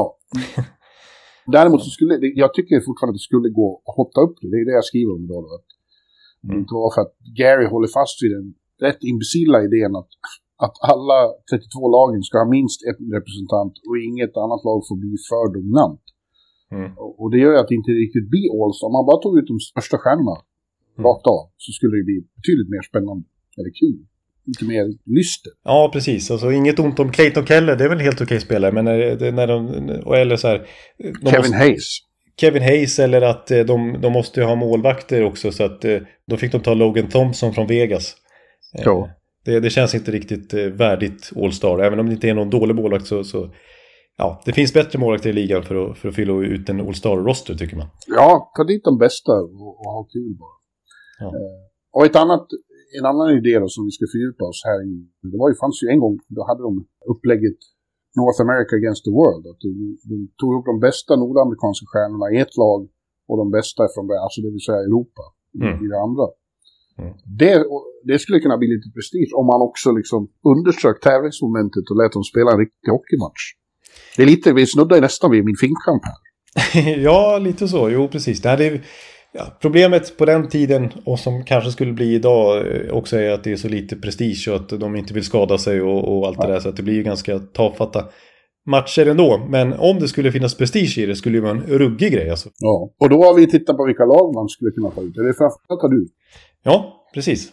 Däremot så skulle, jag tycker fortfarande att det skulle gå att hotta upp det. Det är det jag skriver om idag då. Mm. Det var för att Gary håller fast vid den rätt imbecilla idén att, att alla trettiotvå lagen ska ha minst en representant och inget annat lag får bli för dominant. Mm. Och, och det gör ju att det inte riktigt blir All-Star. Om man bara tog ut de största stjärnorna mm. rakt av, så skulle det bli betydligt mer spännande. Eller kul. Lite mer lyster. Ja, precis. Alltså, inget ont om Clayton Keller, det är väl helt okej spelare. Men när, när de, eller så här, de Kevin måste... Hayes. Kevin Hayes, eller att de, de måste ha målvakter också, så att då fick de ta Logan Thompson från Vegas. Ja. Det, det känns inte riktigt värdigt All-Star, även om det inte är någon dålig målvakt, så, så ja, det finns bättre målvakter i ligan för att, för att fylla ut en All-Star-roster, tycker man. Ja, ta dit de bästa och, och ha kul bara. Ja. Eh, och ett annat, en annan idé då, som vi ska fördjupa oss här i, det var ju, fanns ju en gång, då hade de upplägget North America against the world. Att de, de tog upp de bästa nordamerikanska stjärnorna i ett lag och de bästa från, alltså det vill säga Europa, mm. i det andra. Mm. Det, det skulle kunna bli lite prestige om man också liksom undersök tävlingsmomentet och lät dem spela en riktig hockeymatch. Det är lite, vi snuddar nästan vid min finkamp här. Ja, lite så. Jo, precis. Det hade, ja, problemet på den tiden, och som kanske skulle bli idag också, är att det är så lite prestige och att de inte vill skada sig och, och allt ja. det där. Så att det blir ju ganska tafatta matcher ändå. Men om det skulle finnas prestige i det, skulle det vara en ruggig grej. Alltså. Ja, och då har vi tittat på vilka lag man skulle kunna ta ut. Det är framförallt har du. Ja, precis.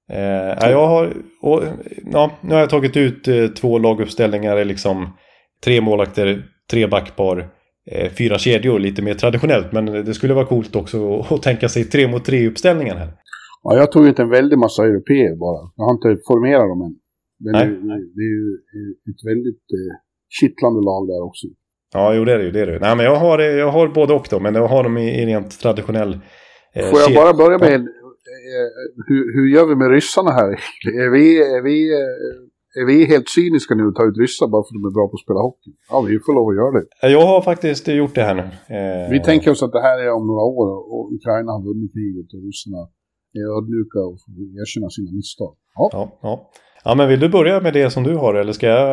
Eh, jag har, och, ja, nu har jag tagit ut eh, två laguppställningar, liksom tre målvakter, tre backpar, eh, fyra kedjor, lite mer traditionellt. Men det skulle vara coolt också att, att tänka sig tre mot tre uppställningar här. Ja, jag tog ut en väldig massa europeer bara. Jag har inte formerat dem än. Men Nej. Det, det är ju ett väldigt eh, kittlande lag där också. Ja, jo det är det ju. Det är det. Nej, men jag har, jag har både och då, men jag har dem i, i rent traditionell eh, Får jag ked... bara börja med, ja. hur, hur gör vi med ryssarna här? Är vi, är vi, är vi helt cyniska nu att ta ut ryssar bara för att de är bra på att spela hockey? Ja, vi får lov att göra det. Jag har faktiskt gjort det här nu. Eh... Vi tänker oss att det här är om några år och Ukraina har vunnit kriget och ryssarna är ödmjuka och får erkänna sina misstag. Ja. Ja, ja. Ja, men vill du börja med det som du har, eller ska jag...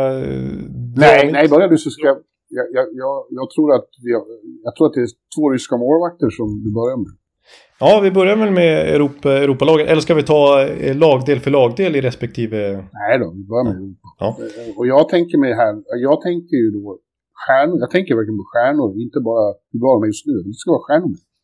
Nej, nej, börja du så ska jag... Jag, jag, jag, jag, tror att vi har, jag tror att det är två ryska målvakter som du börjar med. Ja, vi börjar väl med Europa, Europalagen. Eller ska vi ta lagdel för lagdel i respektive... Nej då, vi börjar med Europa. Ja. Och jag tänker mig här... Jag tänker ju då stjärnor. Jag tänker verkligen på stjärnor. Inte bara hur bra de är just nu. Det ska vara stjärnor med.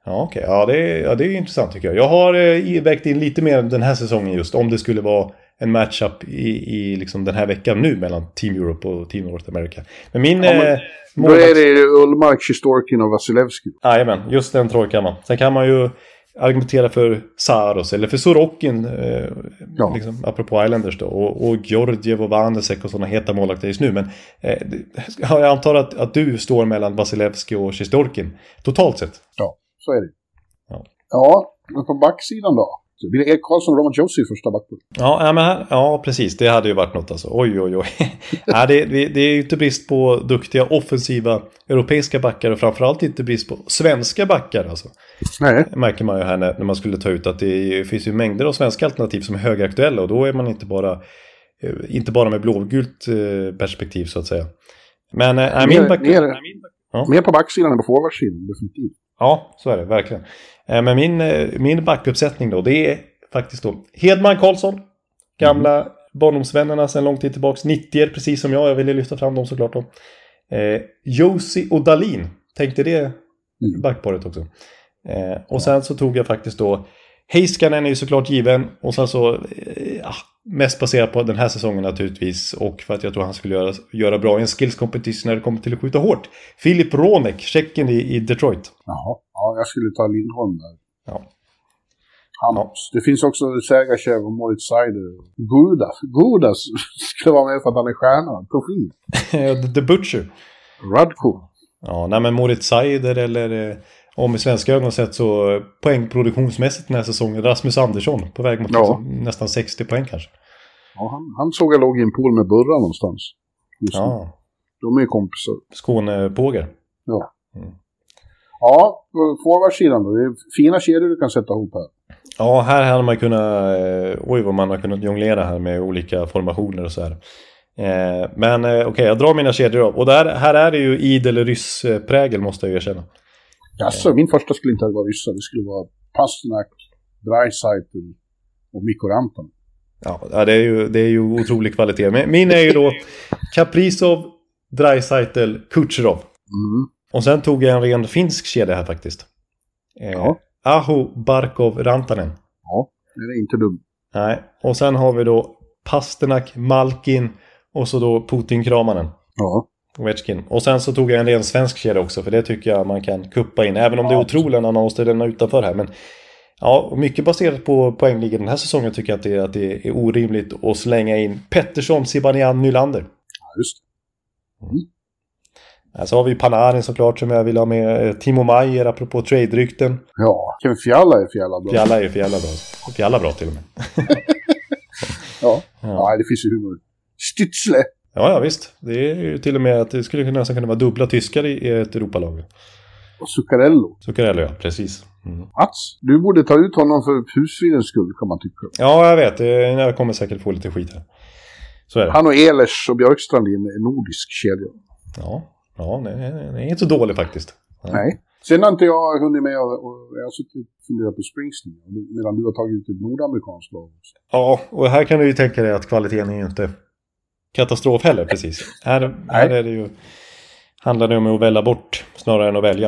Ja, okej. Okay. Ja, det är, ja, det är intressant tycker jag. Jag har eh, vägt in lite mer den här säsongen just. Om det skulle vara en matchup i, i liksom den här veckan nu mellan Team Europe och Team North America. Men min... Ja, men, eh, då månads... är det Ullmark, Sjystorkin och Vasilevski. Jajamän, just den trojkan man. Sen kan man ju argumentera för Saros eller för Sorokin, eh, ja. liksom, apropå Islanders då. Och, och Georgiev och Vanesek och sådana heta målvakter just nu. Men eh, jag antar att, att du står mellan Vasilevski och Sjystorkin totalt sett. Ja, så är det. Ja, ja men på backsidan då? Det blir Erik Karlsson och Roman Josi första backpå. Ja, men här, ja, precis. Det hade ju varit något alltså. Oj, oj, oj. ja, det, det, det är ju inte brist på duktiga offensiva europeiska backar och framförallt inte brist på svenska backar alltså. Nej. Det märker man ju här när, när man skulle ta ut att det finns ju mängder av svenska alternativ som är högaktuella och då är man inte bara inte bara med blågult perspektiv så att säga. Men äh, mer, min back... mer, ja. mer på backsidan än på forwardsidan, definitivt. Ja, så är det, verkligen. Men min, min backuppsättning då, det är faktiskt då Hedman Karlsson, gamla mm. barndomsvännerna sedan lång tid tillbaka, nittio precis som jag, jag ville lyfta fram dem såklart då. Eh, Josi och Dahlin, tänkte det mm. backparet också. Eh, och ja. Sen så tog jag faktiskt då Heiskanen är ju såklart given och sen så eh, ja, mest baserat på den här säsongen naturligtvis och för att jag tror han skulle göra, göra bra i en skills competition när det kommer till att skjuta hårt. Filip Ronek, tjecken i, i Detroit. Jaha, ja, jag skulle ta Lindholm där. Ja. Han, ja. Det finns också Sergachev och Moritz Seider. Gudas, Gudas skulle vara med för att han är stjärna, profil. The Butcher. Radko. Ja, nej men Moritz Seider eller... Om i svenska ögon sett så poängproduktionsmässigt den här säsongen Rasmus Andersson på väg mot ja. liksom, nästan sextio poäng kanske. Ja, han, han såg jag låg i en pool med Burra någonstans. Ja. De är ju kompisar. Skånepågar. Ja. Mm. Ja, forwardsidan då. Det är fina kedjor du kan sätta ihop här. Ja, här hade man kunnat... Eh, oj, vad man har kunnat jonglera här med olika formationer och så här. Eh, men eh, okej, okay, jag drar mina kedjor av. Och där, här är det ju idel ryssprägel måste jag ju erkänna. Alltså, min första skulle inte vara ryssa. Det skulle vara Pasternak, Dreisaitl och Mikko Rantanen. Ja, det är ju, det är ju otrolig kvalitet. Men min är ju då Kaprizov, Dreisaitl, Kucherov. Mm. Och sen tog jag en ren finsk kedja här faktiskt. Eh, ja. Aho, Barkov, Rantanen. Ja, det är inte dum. Nej, och sen har vi då Pasternak, Malkin och så då Putin-kramanen. Ja. Ovechkin. Och sen så tog jag en ren svensk kedja också, för det tycker jag man kan kuppa in. Även om ja, det är otroligt när man måste lämna utanför här. Men ja, mycket baserat på poängligan den här säsongen tycker jag att det, att det är orimligt att slänga in Pettersson, Zibanejad, Nylander. Ja, just det. Mm. Ja, så har vi Panarin såklart som jag vill ha med. Timo Meier apropå trade-rykten. Ja, Kevin Fiala är Fiala bra. Fiala är Fiala bra. Fiala bra till och med. ja. ja, ja det finns ju humor. Stützle. Ja, ja, visst. Det är ju till och med att det skulle nästan kunna vara dubbla tyskar i ett Europalag. Och Zuccarello. Zuccarello, ja, precis. Mm. Ats, du borde ta ut honom för husfridens skull, kan man tycka. Ja, jag vet. Jag kommer säkert få lite skit här. Så är det. Han och Ehlers och Björkstrand i en nordisk kedja. Ja, ja det är, det är inte så dålig faktiskt. Ja. Nej. Sen har inte jag hunnit med och, och jag har suttit och funderat på Springsteen. Medan du har tagit ut ett nordamerikanskt lag också. Ja, och här kan du ju tänka dig att kvaliteten är ju inte katastrof heller, precis. Här, här är det ju, handlar det om att välja bort snarare än att välja.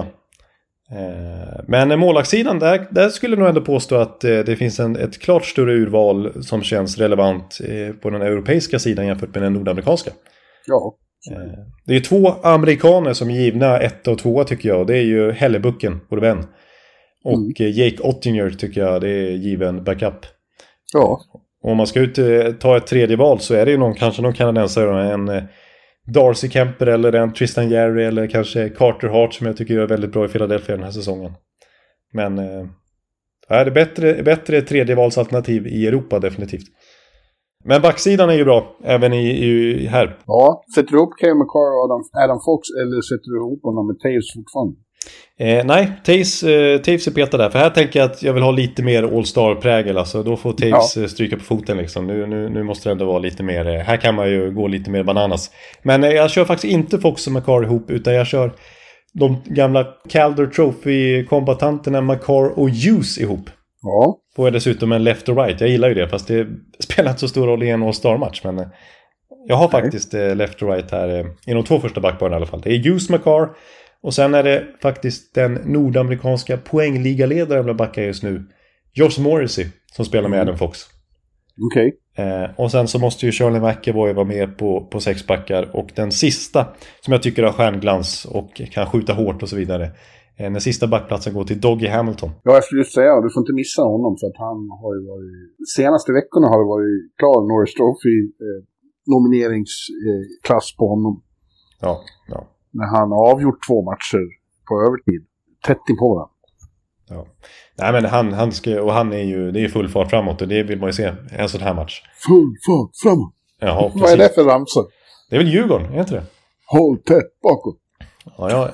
Eh, men målvaktssidan, där, där skulle jag nog ändå påstå att eh, det finns en, ett klart större urval som känns relevant eh, på den europeiska sidan jämfört med den nordamerikanska. Ja. Eh, det är ju två amerikaner som är givna ett och två tycker jag. Det är ju Hellebucken, vår vän. Och mm. Jake Ottinger tycker jag, det är given backup. Ja. Och om man ska ut, ta ett tredje val så är det ju någon, kanske någon kanadensare, en Darcy Kemper eller en Tristan Jarry eller kanske Carter Hart som jag tycker är väldigt bra i Philadelphia den här säsongen. Men äh, är det bättre, bättre tredjevalsalternativ i Europa definitivt. Men backsidan är ju bra, även i, i här. Ja, sätter du upp Cale McCarr och Adam, Adam Fox eller sätter du ihop honom med Taves fortfarande? Eh, nej, Taves, eh, Taves är petad där. För här tänker jag att jag vill ha lite mer All-Star-prägel. Alltså, då får Taves ja. stryka på foten. Liksom. Nu, nu, nu måste det ändå vara lite mer... Eh, här kan man ju gå lite mer bananas. Men eh, jag kör faktiskt inte Fox och McCarr ihop. Utan jag kör de gamla Calder Trophy-kombatanterna McCarr och Hughes ihop. Ja. Får jag dessutom en left och right. Jag gillar ju det. Fast det spelar inte så stor roll i en All-Star-match. Men eh, jag har faktiskt eh, left och right här. Eh, i de två första backbaren i alla fall. Det är Hughes, McCarr. Och sen är det faktiskt den nordamerikanska poängligaledaren bland backar just nu, Josh Morrissey, som spelar med mm. Adam Fox. Okej. Okay. Eh, och sen så måste ju Charlie McAvoy vara med på, på sex backar. Och den sista, som jag tycker har stjärnglans och kan skjuta hårt och så vidare. Eh, den sista backplatsen går till Dougie Hamilton. Ja, jag skulle just säga, du får inte missa honom för att han har ju varit... Senaste veckorna har det varit klar Norris Trophy eh, nomineringsklass eh, på honom. Ja, ja. När han har avgjort två matcher på övertid. tätt in på varandra. Ja. Nej, men han, han ska, och han är ju, det är full fart framåt och det vill man ju se en sån här match. Full fart framåt? Jaha, precis. Vad är det för ramsor? Det är väl Djurgården, är inte det? Håll tätt bakåt. Ja, ja.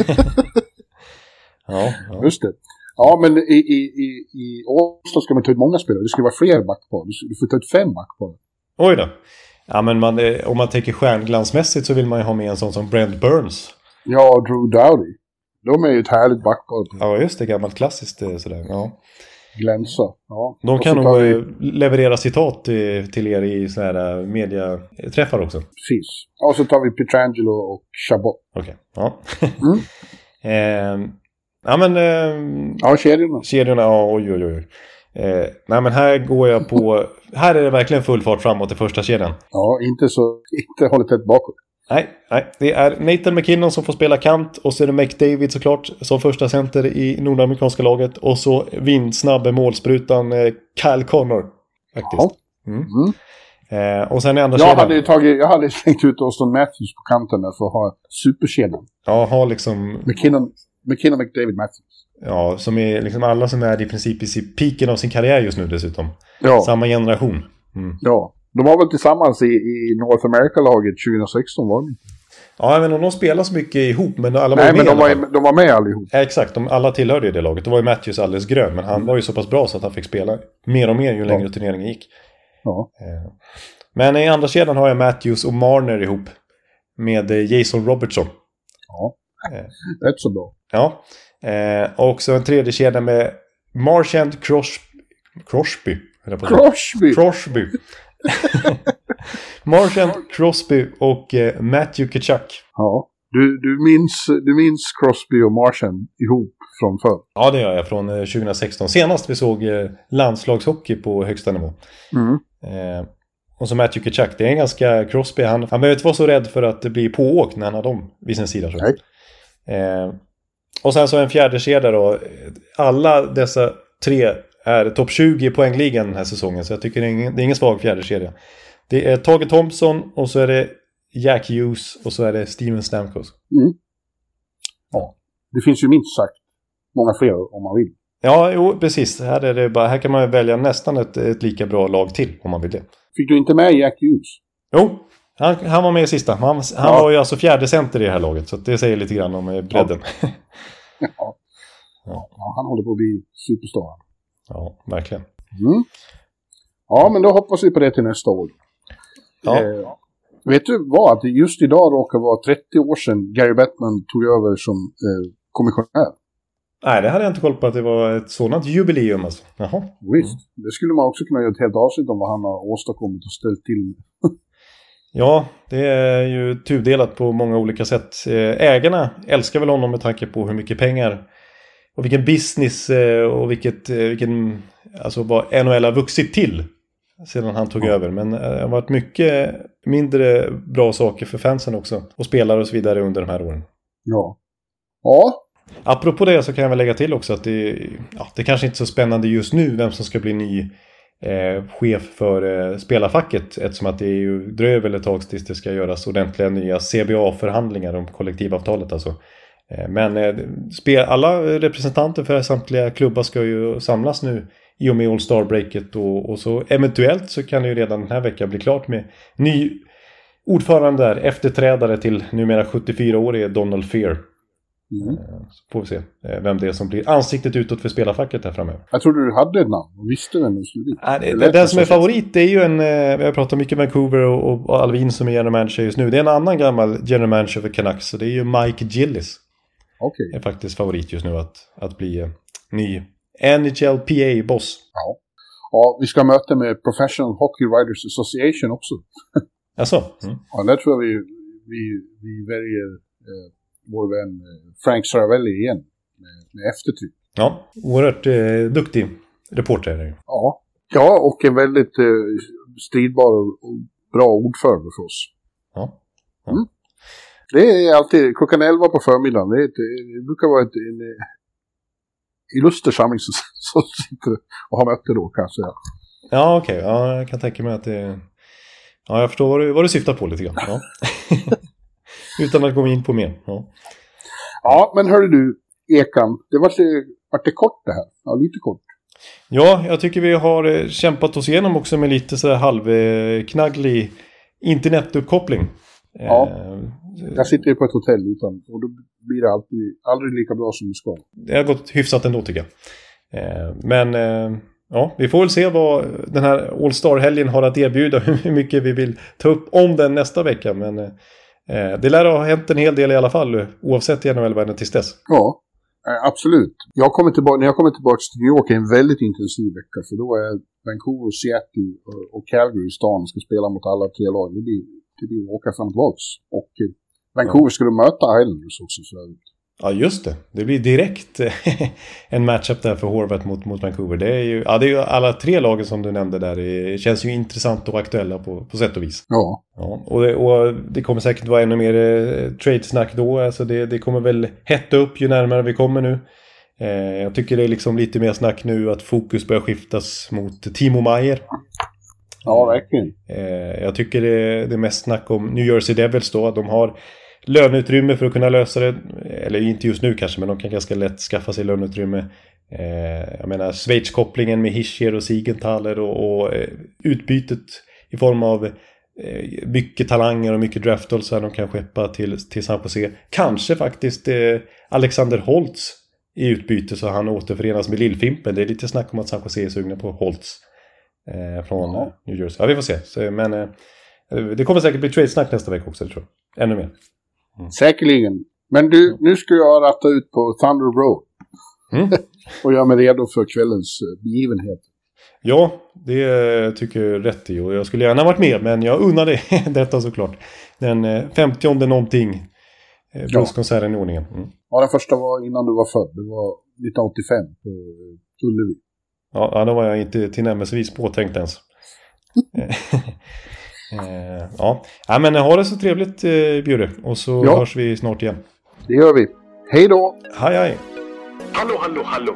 ja, ja. Just det. Ja, men i, i, i, i Åstad ska man ta ut många spelare. Det ska vara fler back på. Du får ta ut fem back på. Oj då. Ja, men man, om man tänker stjärnglansmässigt så vill man ju ha med en sån som Brent Burns. Ja, Drew Doughty. De är ju ett härligt backpar. Ja, just det. Gammalt klassiskt sådär. Ja. Glänsa. Ja. De kan nog vi... leverera citat till, till er i sådana här mediaträffar också. Precis. Och så tar vi Pietrangelo och Chabot. Okej, okay. Ja. mm. eh, ja, men... Eh, ja, kedjorna. Kedjorna, ja, oj, oj, oj. Eh, nej, men här går jag på... här är det verkligen full fart framåt i första kedjan. Ja, inte så... Inte hållet tätt bakåt. Nej, nej, det är Nathan McKinnon som får spela kant och så är det McDavid såklart som första center i nordamerikanska laget och så vindsnabbe målsprutan eh, Kyle Connor faktiskt. Ja. Mm. Mm. Eh, och sen i andra jag kedjan. Hade tagit, jag hade slängt ut Auston Matthews på kanten där för att ha superkedjan. Ja, ha liksom... McKinnon, McKinnon McDavid Matthews. Ja, som är liksom alla som är i princip i piken av sin karriär just nu dessutom. Ja. Samma generation. Mm. Ja. De var väl tillsammans i, i North America-laget tjugohundrasexton, var de? Ja, jag vet inte, de spelar så mycket ihop, men alla var Nej, med. men de var, de var med allihop. Ja, exakt, de, alla tillhörde ju det laget. Då var ju Matthews alldeles grön, men han mm. var ju så pass bra så att han fick spela mer och mer ju längre ja. turneringen gick. Ja. Men i andra kedjan har jag Matthews och Marner ihop med Jason Robertson. Ja, rätt så bra. Ja, och så en tredje kedja med Marchand Cross... Crosby. Crosby. Crosby. Marchand Crosby och eh, Matthew Tkachuk. Ja, du, du, minns, du minns Crosby och Marchand ihop från förr? Ja, det gör jag från eh, tjugohundrasexton. Senast vi såg eh, landslagshockey på högsta nivå. Mm. Eh, och så Matthew Tkachuk, det är en ganska Crosby. Han, han behöver inte vara så rädd för att bli pååkt när han har dem vid sin sida. Så. Eh, och sen så en fjärde kedja då. Alla dessa tre är topp tjugo i poängligan den här säsongen. Så jag tycker det är ingen, det är ingen svag fjärde kedja. Det är Tage Thompson och så är det Jack Hughes och så är det Steven Stamkos. Mm. Ja, det finns ju minst sagt många fler om man vill. Ja, jo, precis. Här, är det bara, här kan man välja nästan ett, ett lika bra lag till om man vill det. Fick du inte med Jack Hughes? Jo, han, han var med i sista. Han, han ja. var ju alltså fjärde center i det här laget. Så det säger lite grann om bredden. Ja. ja. ja, han håller på att bli superstar. Ja, verkligen. Mm. Ja, men då hoppas vi på det till nästa år. Ja. Eh, vet du vad? Att just idag råkar vara trettio år sedan Gary Bettman tog över som eh, kommissionär. Nej, det hade jag inte koll på att det var ett sådant jubileum alltså. Jaha. Visst, mm. Det skulle man också kunna göra ett helt avsnitt om vad han har åstadkommit och ställt till. Ja, det är ju tudelat på många olika sätt. Ägarna älskar väl honom med tanke på hur mycket pengar och vilken business och vilket, vilken, alltså vad N H L har vuxit till sedan han tog ja. över. Men det har varit mycket mindre bra saker för fansen också. Och spelare och så vidare under de här åren. Ja. Ja. Apropå det så kan jag väl lägga till också att det, ja, det kanske inte är så spännande just nu vem som ska bli ny eh, chef för eh, spelarfacket. Eftersom att det är ju dröjer väl ett tag tills det ska göras ordentliga nya C B A-förhandlingar om kollektivavtalet alltså. Men alla representanter för samtliga klubbar ska ju samlas nu i och med All-Star-breaket och, och så eventuellt så kan det ju redan den här veckan bli klart med ny ordförande där, efterträdare till numera sjuttiofyra-årige Donald Fehr. Mm. Så får vi se vem det är som blir ansiktet utåt för spelarfacket här framöver. Jag trodde du hade ett namn och visste vem du skulle bli. Ja, det, det, den som är favorit det är ju en, vi har pratat mycket med Vancouver och, och Alvin som är general manager just nu. Det är en annan gammal general manager för Canucks så det är ju Mike Gillis. Okay. Är faktiskt favorit just nu att, att bli eh, ny N H L P A-boss. Ja. Ja, vi ska möta med Professional Hockey Writers Association också. Alltså? Mm. Ja, där tror jag vi, vi, vi väljer eh, vår vän Frank Saravelli igen med, med eftertryck. Ja, oerhört eh, duktig reporter. Ja, ja och en väldigt eh, stridbar och, och bra ordförande för oss. Ja. Ja. Mm. Det är alltid klockan elva på förmiddagen. Det, är ett, det brukar vara ett, en, en illuster samling som, som sitter och har möte då, kanske. Ja, okej. Okay. Ja, jag kan tänka mig att det... Ja, jag förstår vad du, vad du syftar på lite grann. Ja. Utan att gå in på mer. Ja, ja men hörru du, Ekan. Det var det, var det kort det här. Ja, lite kort. Ja, jag tycker vi har kämpat oss igenom också med lite så här halvknagglig internetuppkoppling. Ja, jag sitter ju på ett hotell utan, och då blir det alltid, aldrig lika bra som det ska. Det har gått hyfsat ändå tycker jag. Men ja, vi får väl se vad den här All-Star-helgen har att erbjuda, hur mycket vi vill ta upp om den nästa vecka. Men det lär ha hänt en hel del i alla fall, oavsett N H L-världen tills dess. Ja, absolut. Jag kommer tillbaka, när jag kommer tillbaka till New York är en väldigt intensiv vecka, för då är Vancouver, Seattle och Calgary i stan och ska spela mot alla tre lag. Det blir Det blir åka fram och tillbaks. Och eh, Vancouver skulle möta Islanders också förut. Ja, just det. Det blir direkt en matchup där för Horvat mot, mot Vancouver. Det är ju, ja, det är ju alla tre lagen som du nämnde där. Det känns ju intressant och aktuella på, på sätt och vis. Ja. Ja och, det, och det kommer säkert vara ännu mer eh, trade-snack då. Alltså det, det kommer väl hetta upp ju närmare vi kommer nu. Eh, jag tycker det är liksom lite mer snack nu att fokus börjar skiftas mot Timo Meier. Ja, verkligen. Eh, jag tycker det, det är mest snack om New Jersey Devils då. De har löneutrymme för att kunna lösa det. Eller inte just nu kanske, men de kan ganska lätt skaffa sig löneutrymme. Eh, jag menar, Schweiz-kopplingen med Hischier och Siegenthaler och, och eh, utbytet i form av eh, mycket talanger och mycket draftval så de kan skeppa till, till San Jose. Kanske faktiskt eh, Alexander Holtz i utbyte så han återförenas med Lillfimpen. Det är lite snack om att San Jose är sugna på Holtz. Eh, från ja. New Jersey. Ja, vi får se. Så, men eh, det kommer säkert bli trade-snack nästa vecka också, tror jag. Ännu mer. Mm. Säkerligen. Men du, nu ska jag ratta ut på Thunder Road. Mm. Och göra mig redo för kvällens begivenhet. Ja, det tycker jag rätt i. Och jag skulle gärna ha varit med, men jag unnar dig detta såklart. Den femtionde någonting eh, blueskonserten i ordningen. Mm. Ja, den första var innan du var född. Det var nittonhundraåttiofem på Ullevi. Ja, då var jag inte tillnärmelsevis påtänkt ens. ja. ja, men ha det så trevligt, Bjure. Och så ja. hörs vi snart igen. Det gör vi. Hej då! Hej, hej! Hallå, hallå, hallå!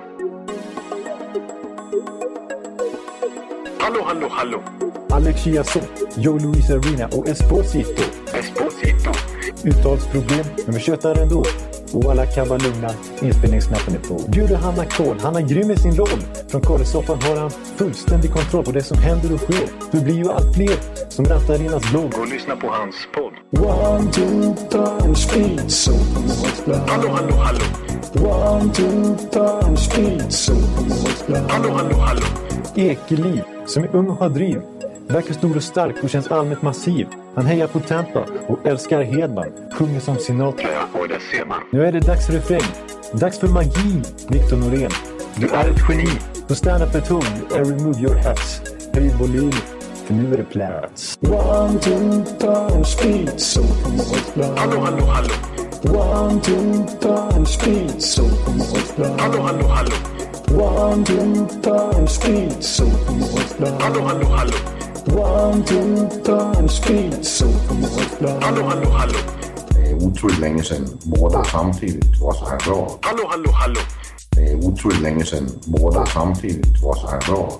Hallå, hallå, hallå! Alex Chiazot, Joe Luis Arena och Esposito. Esposito. Uttalsproblem, men vi tjötar ändå. Och alla kan vara lugna, inspelningsknappen är på. Bjuder Hanna Kohl, han är grym i sin roll. Från Kålesoffan har han fullständig kontroll på det som händer och sker. Det blir ju allt fler som rattar in hans blogg. Och lyssna på hans podd. One, two, three, speed, so hallå, hallå, hallå. One, two, three, speed, so hallå, hallå, hallå. Ekeliv, som är ung och har driv. Verkar stor och stark och känns allmänt massiv. Han hejar på Tampa och älskar Hedman. Sjunger som Sinatra. Ja, och det ser man. Nu är det dags för refräng. Dags för magi, Victor Norén. Du är ett geni. Så stand up at home and remove your hats. Höj volym, för nu är det plats. One, two, three, speed, so hallå, hallå, hallå. One, two, three, speed, so hallå, hallå, hallå. One, two, three, speed, so hallå, hallå, hallå. One, two, three, speed, so hallå, hallå, hallå. Det är otroligt länge sedan båda samtidigt var så här bra. Hallå, hallå, hallå. Det är otroligt länge sedan båda samtidigt var så här bra.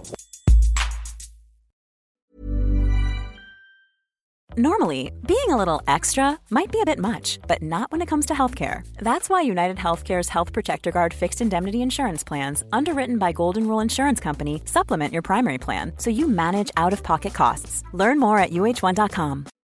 Normally, being a little extra might be a bit much, but not when it comes to healthcare. That's why United Healthcare's Health Protector Guard fixed indemnity insurance plans, underwritten by Golden Rule Insurance Company, supplement your primary plan so you manage out-of-pocket costs. Learn more at U H one dot com.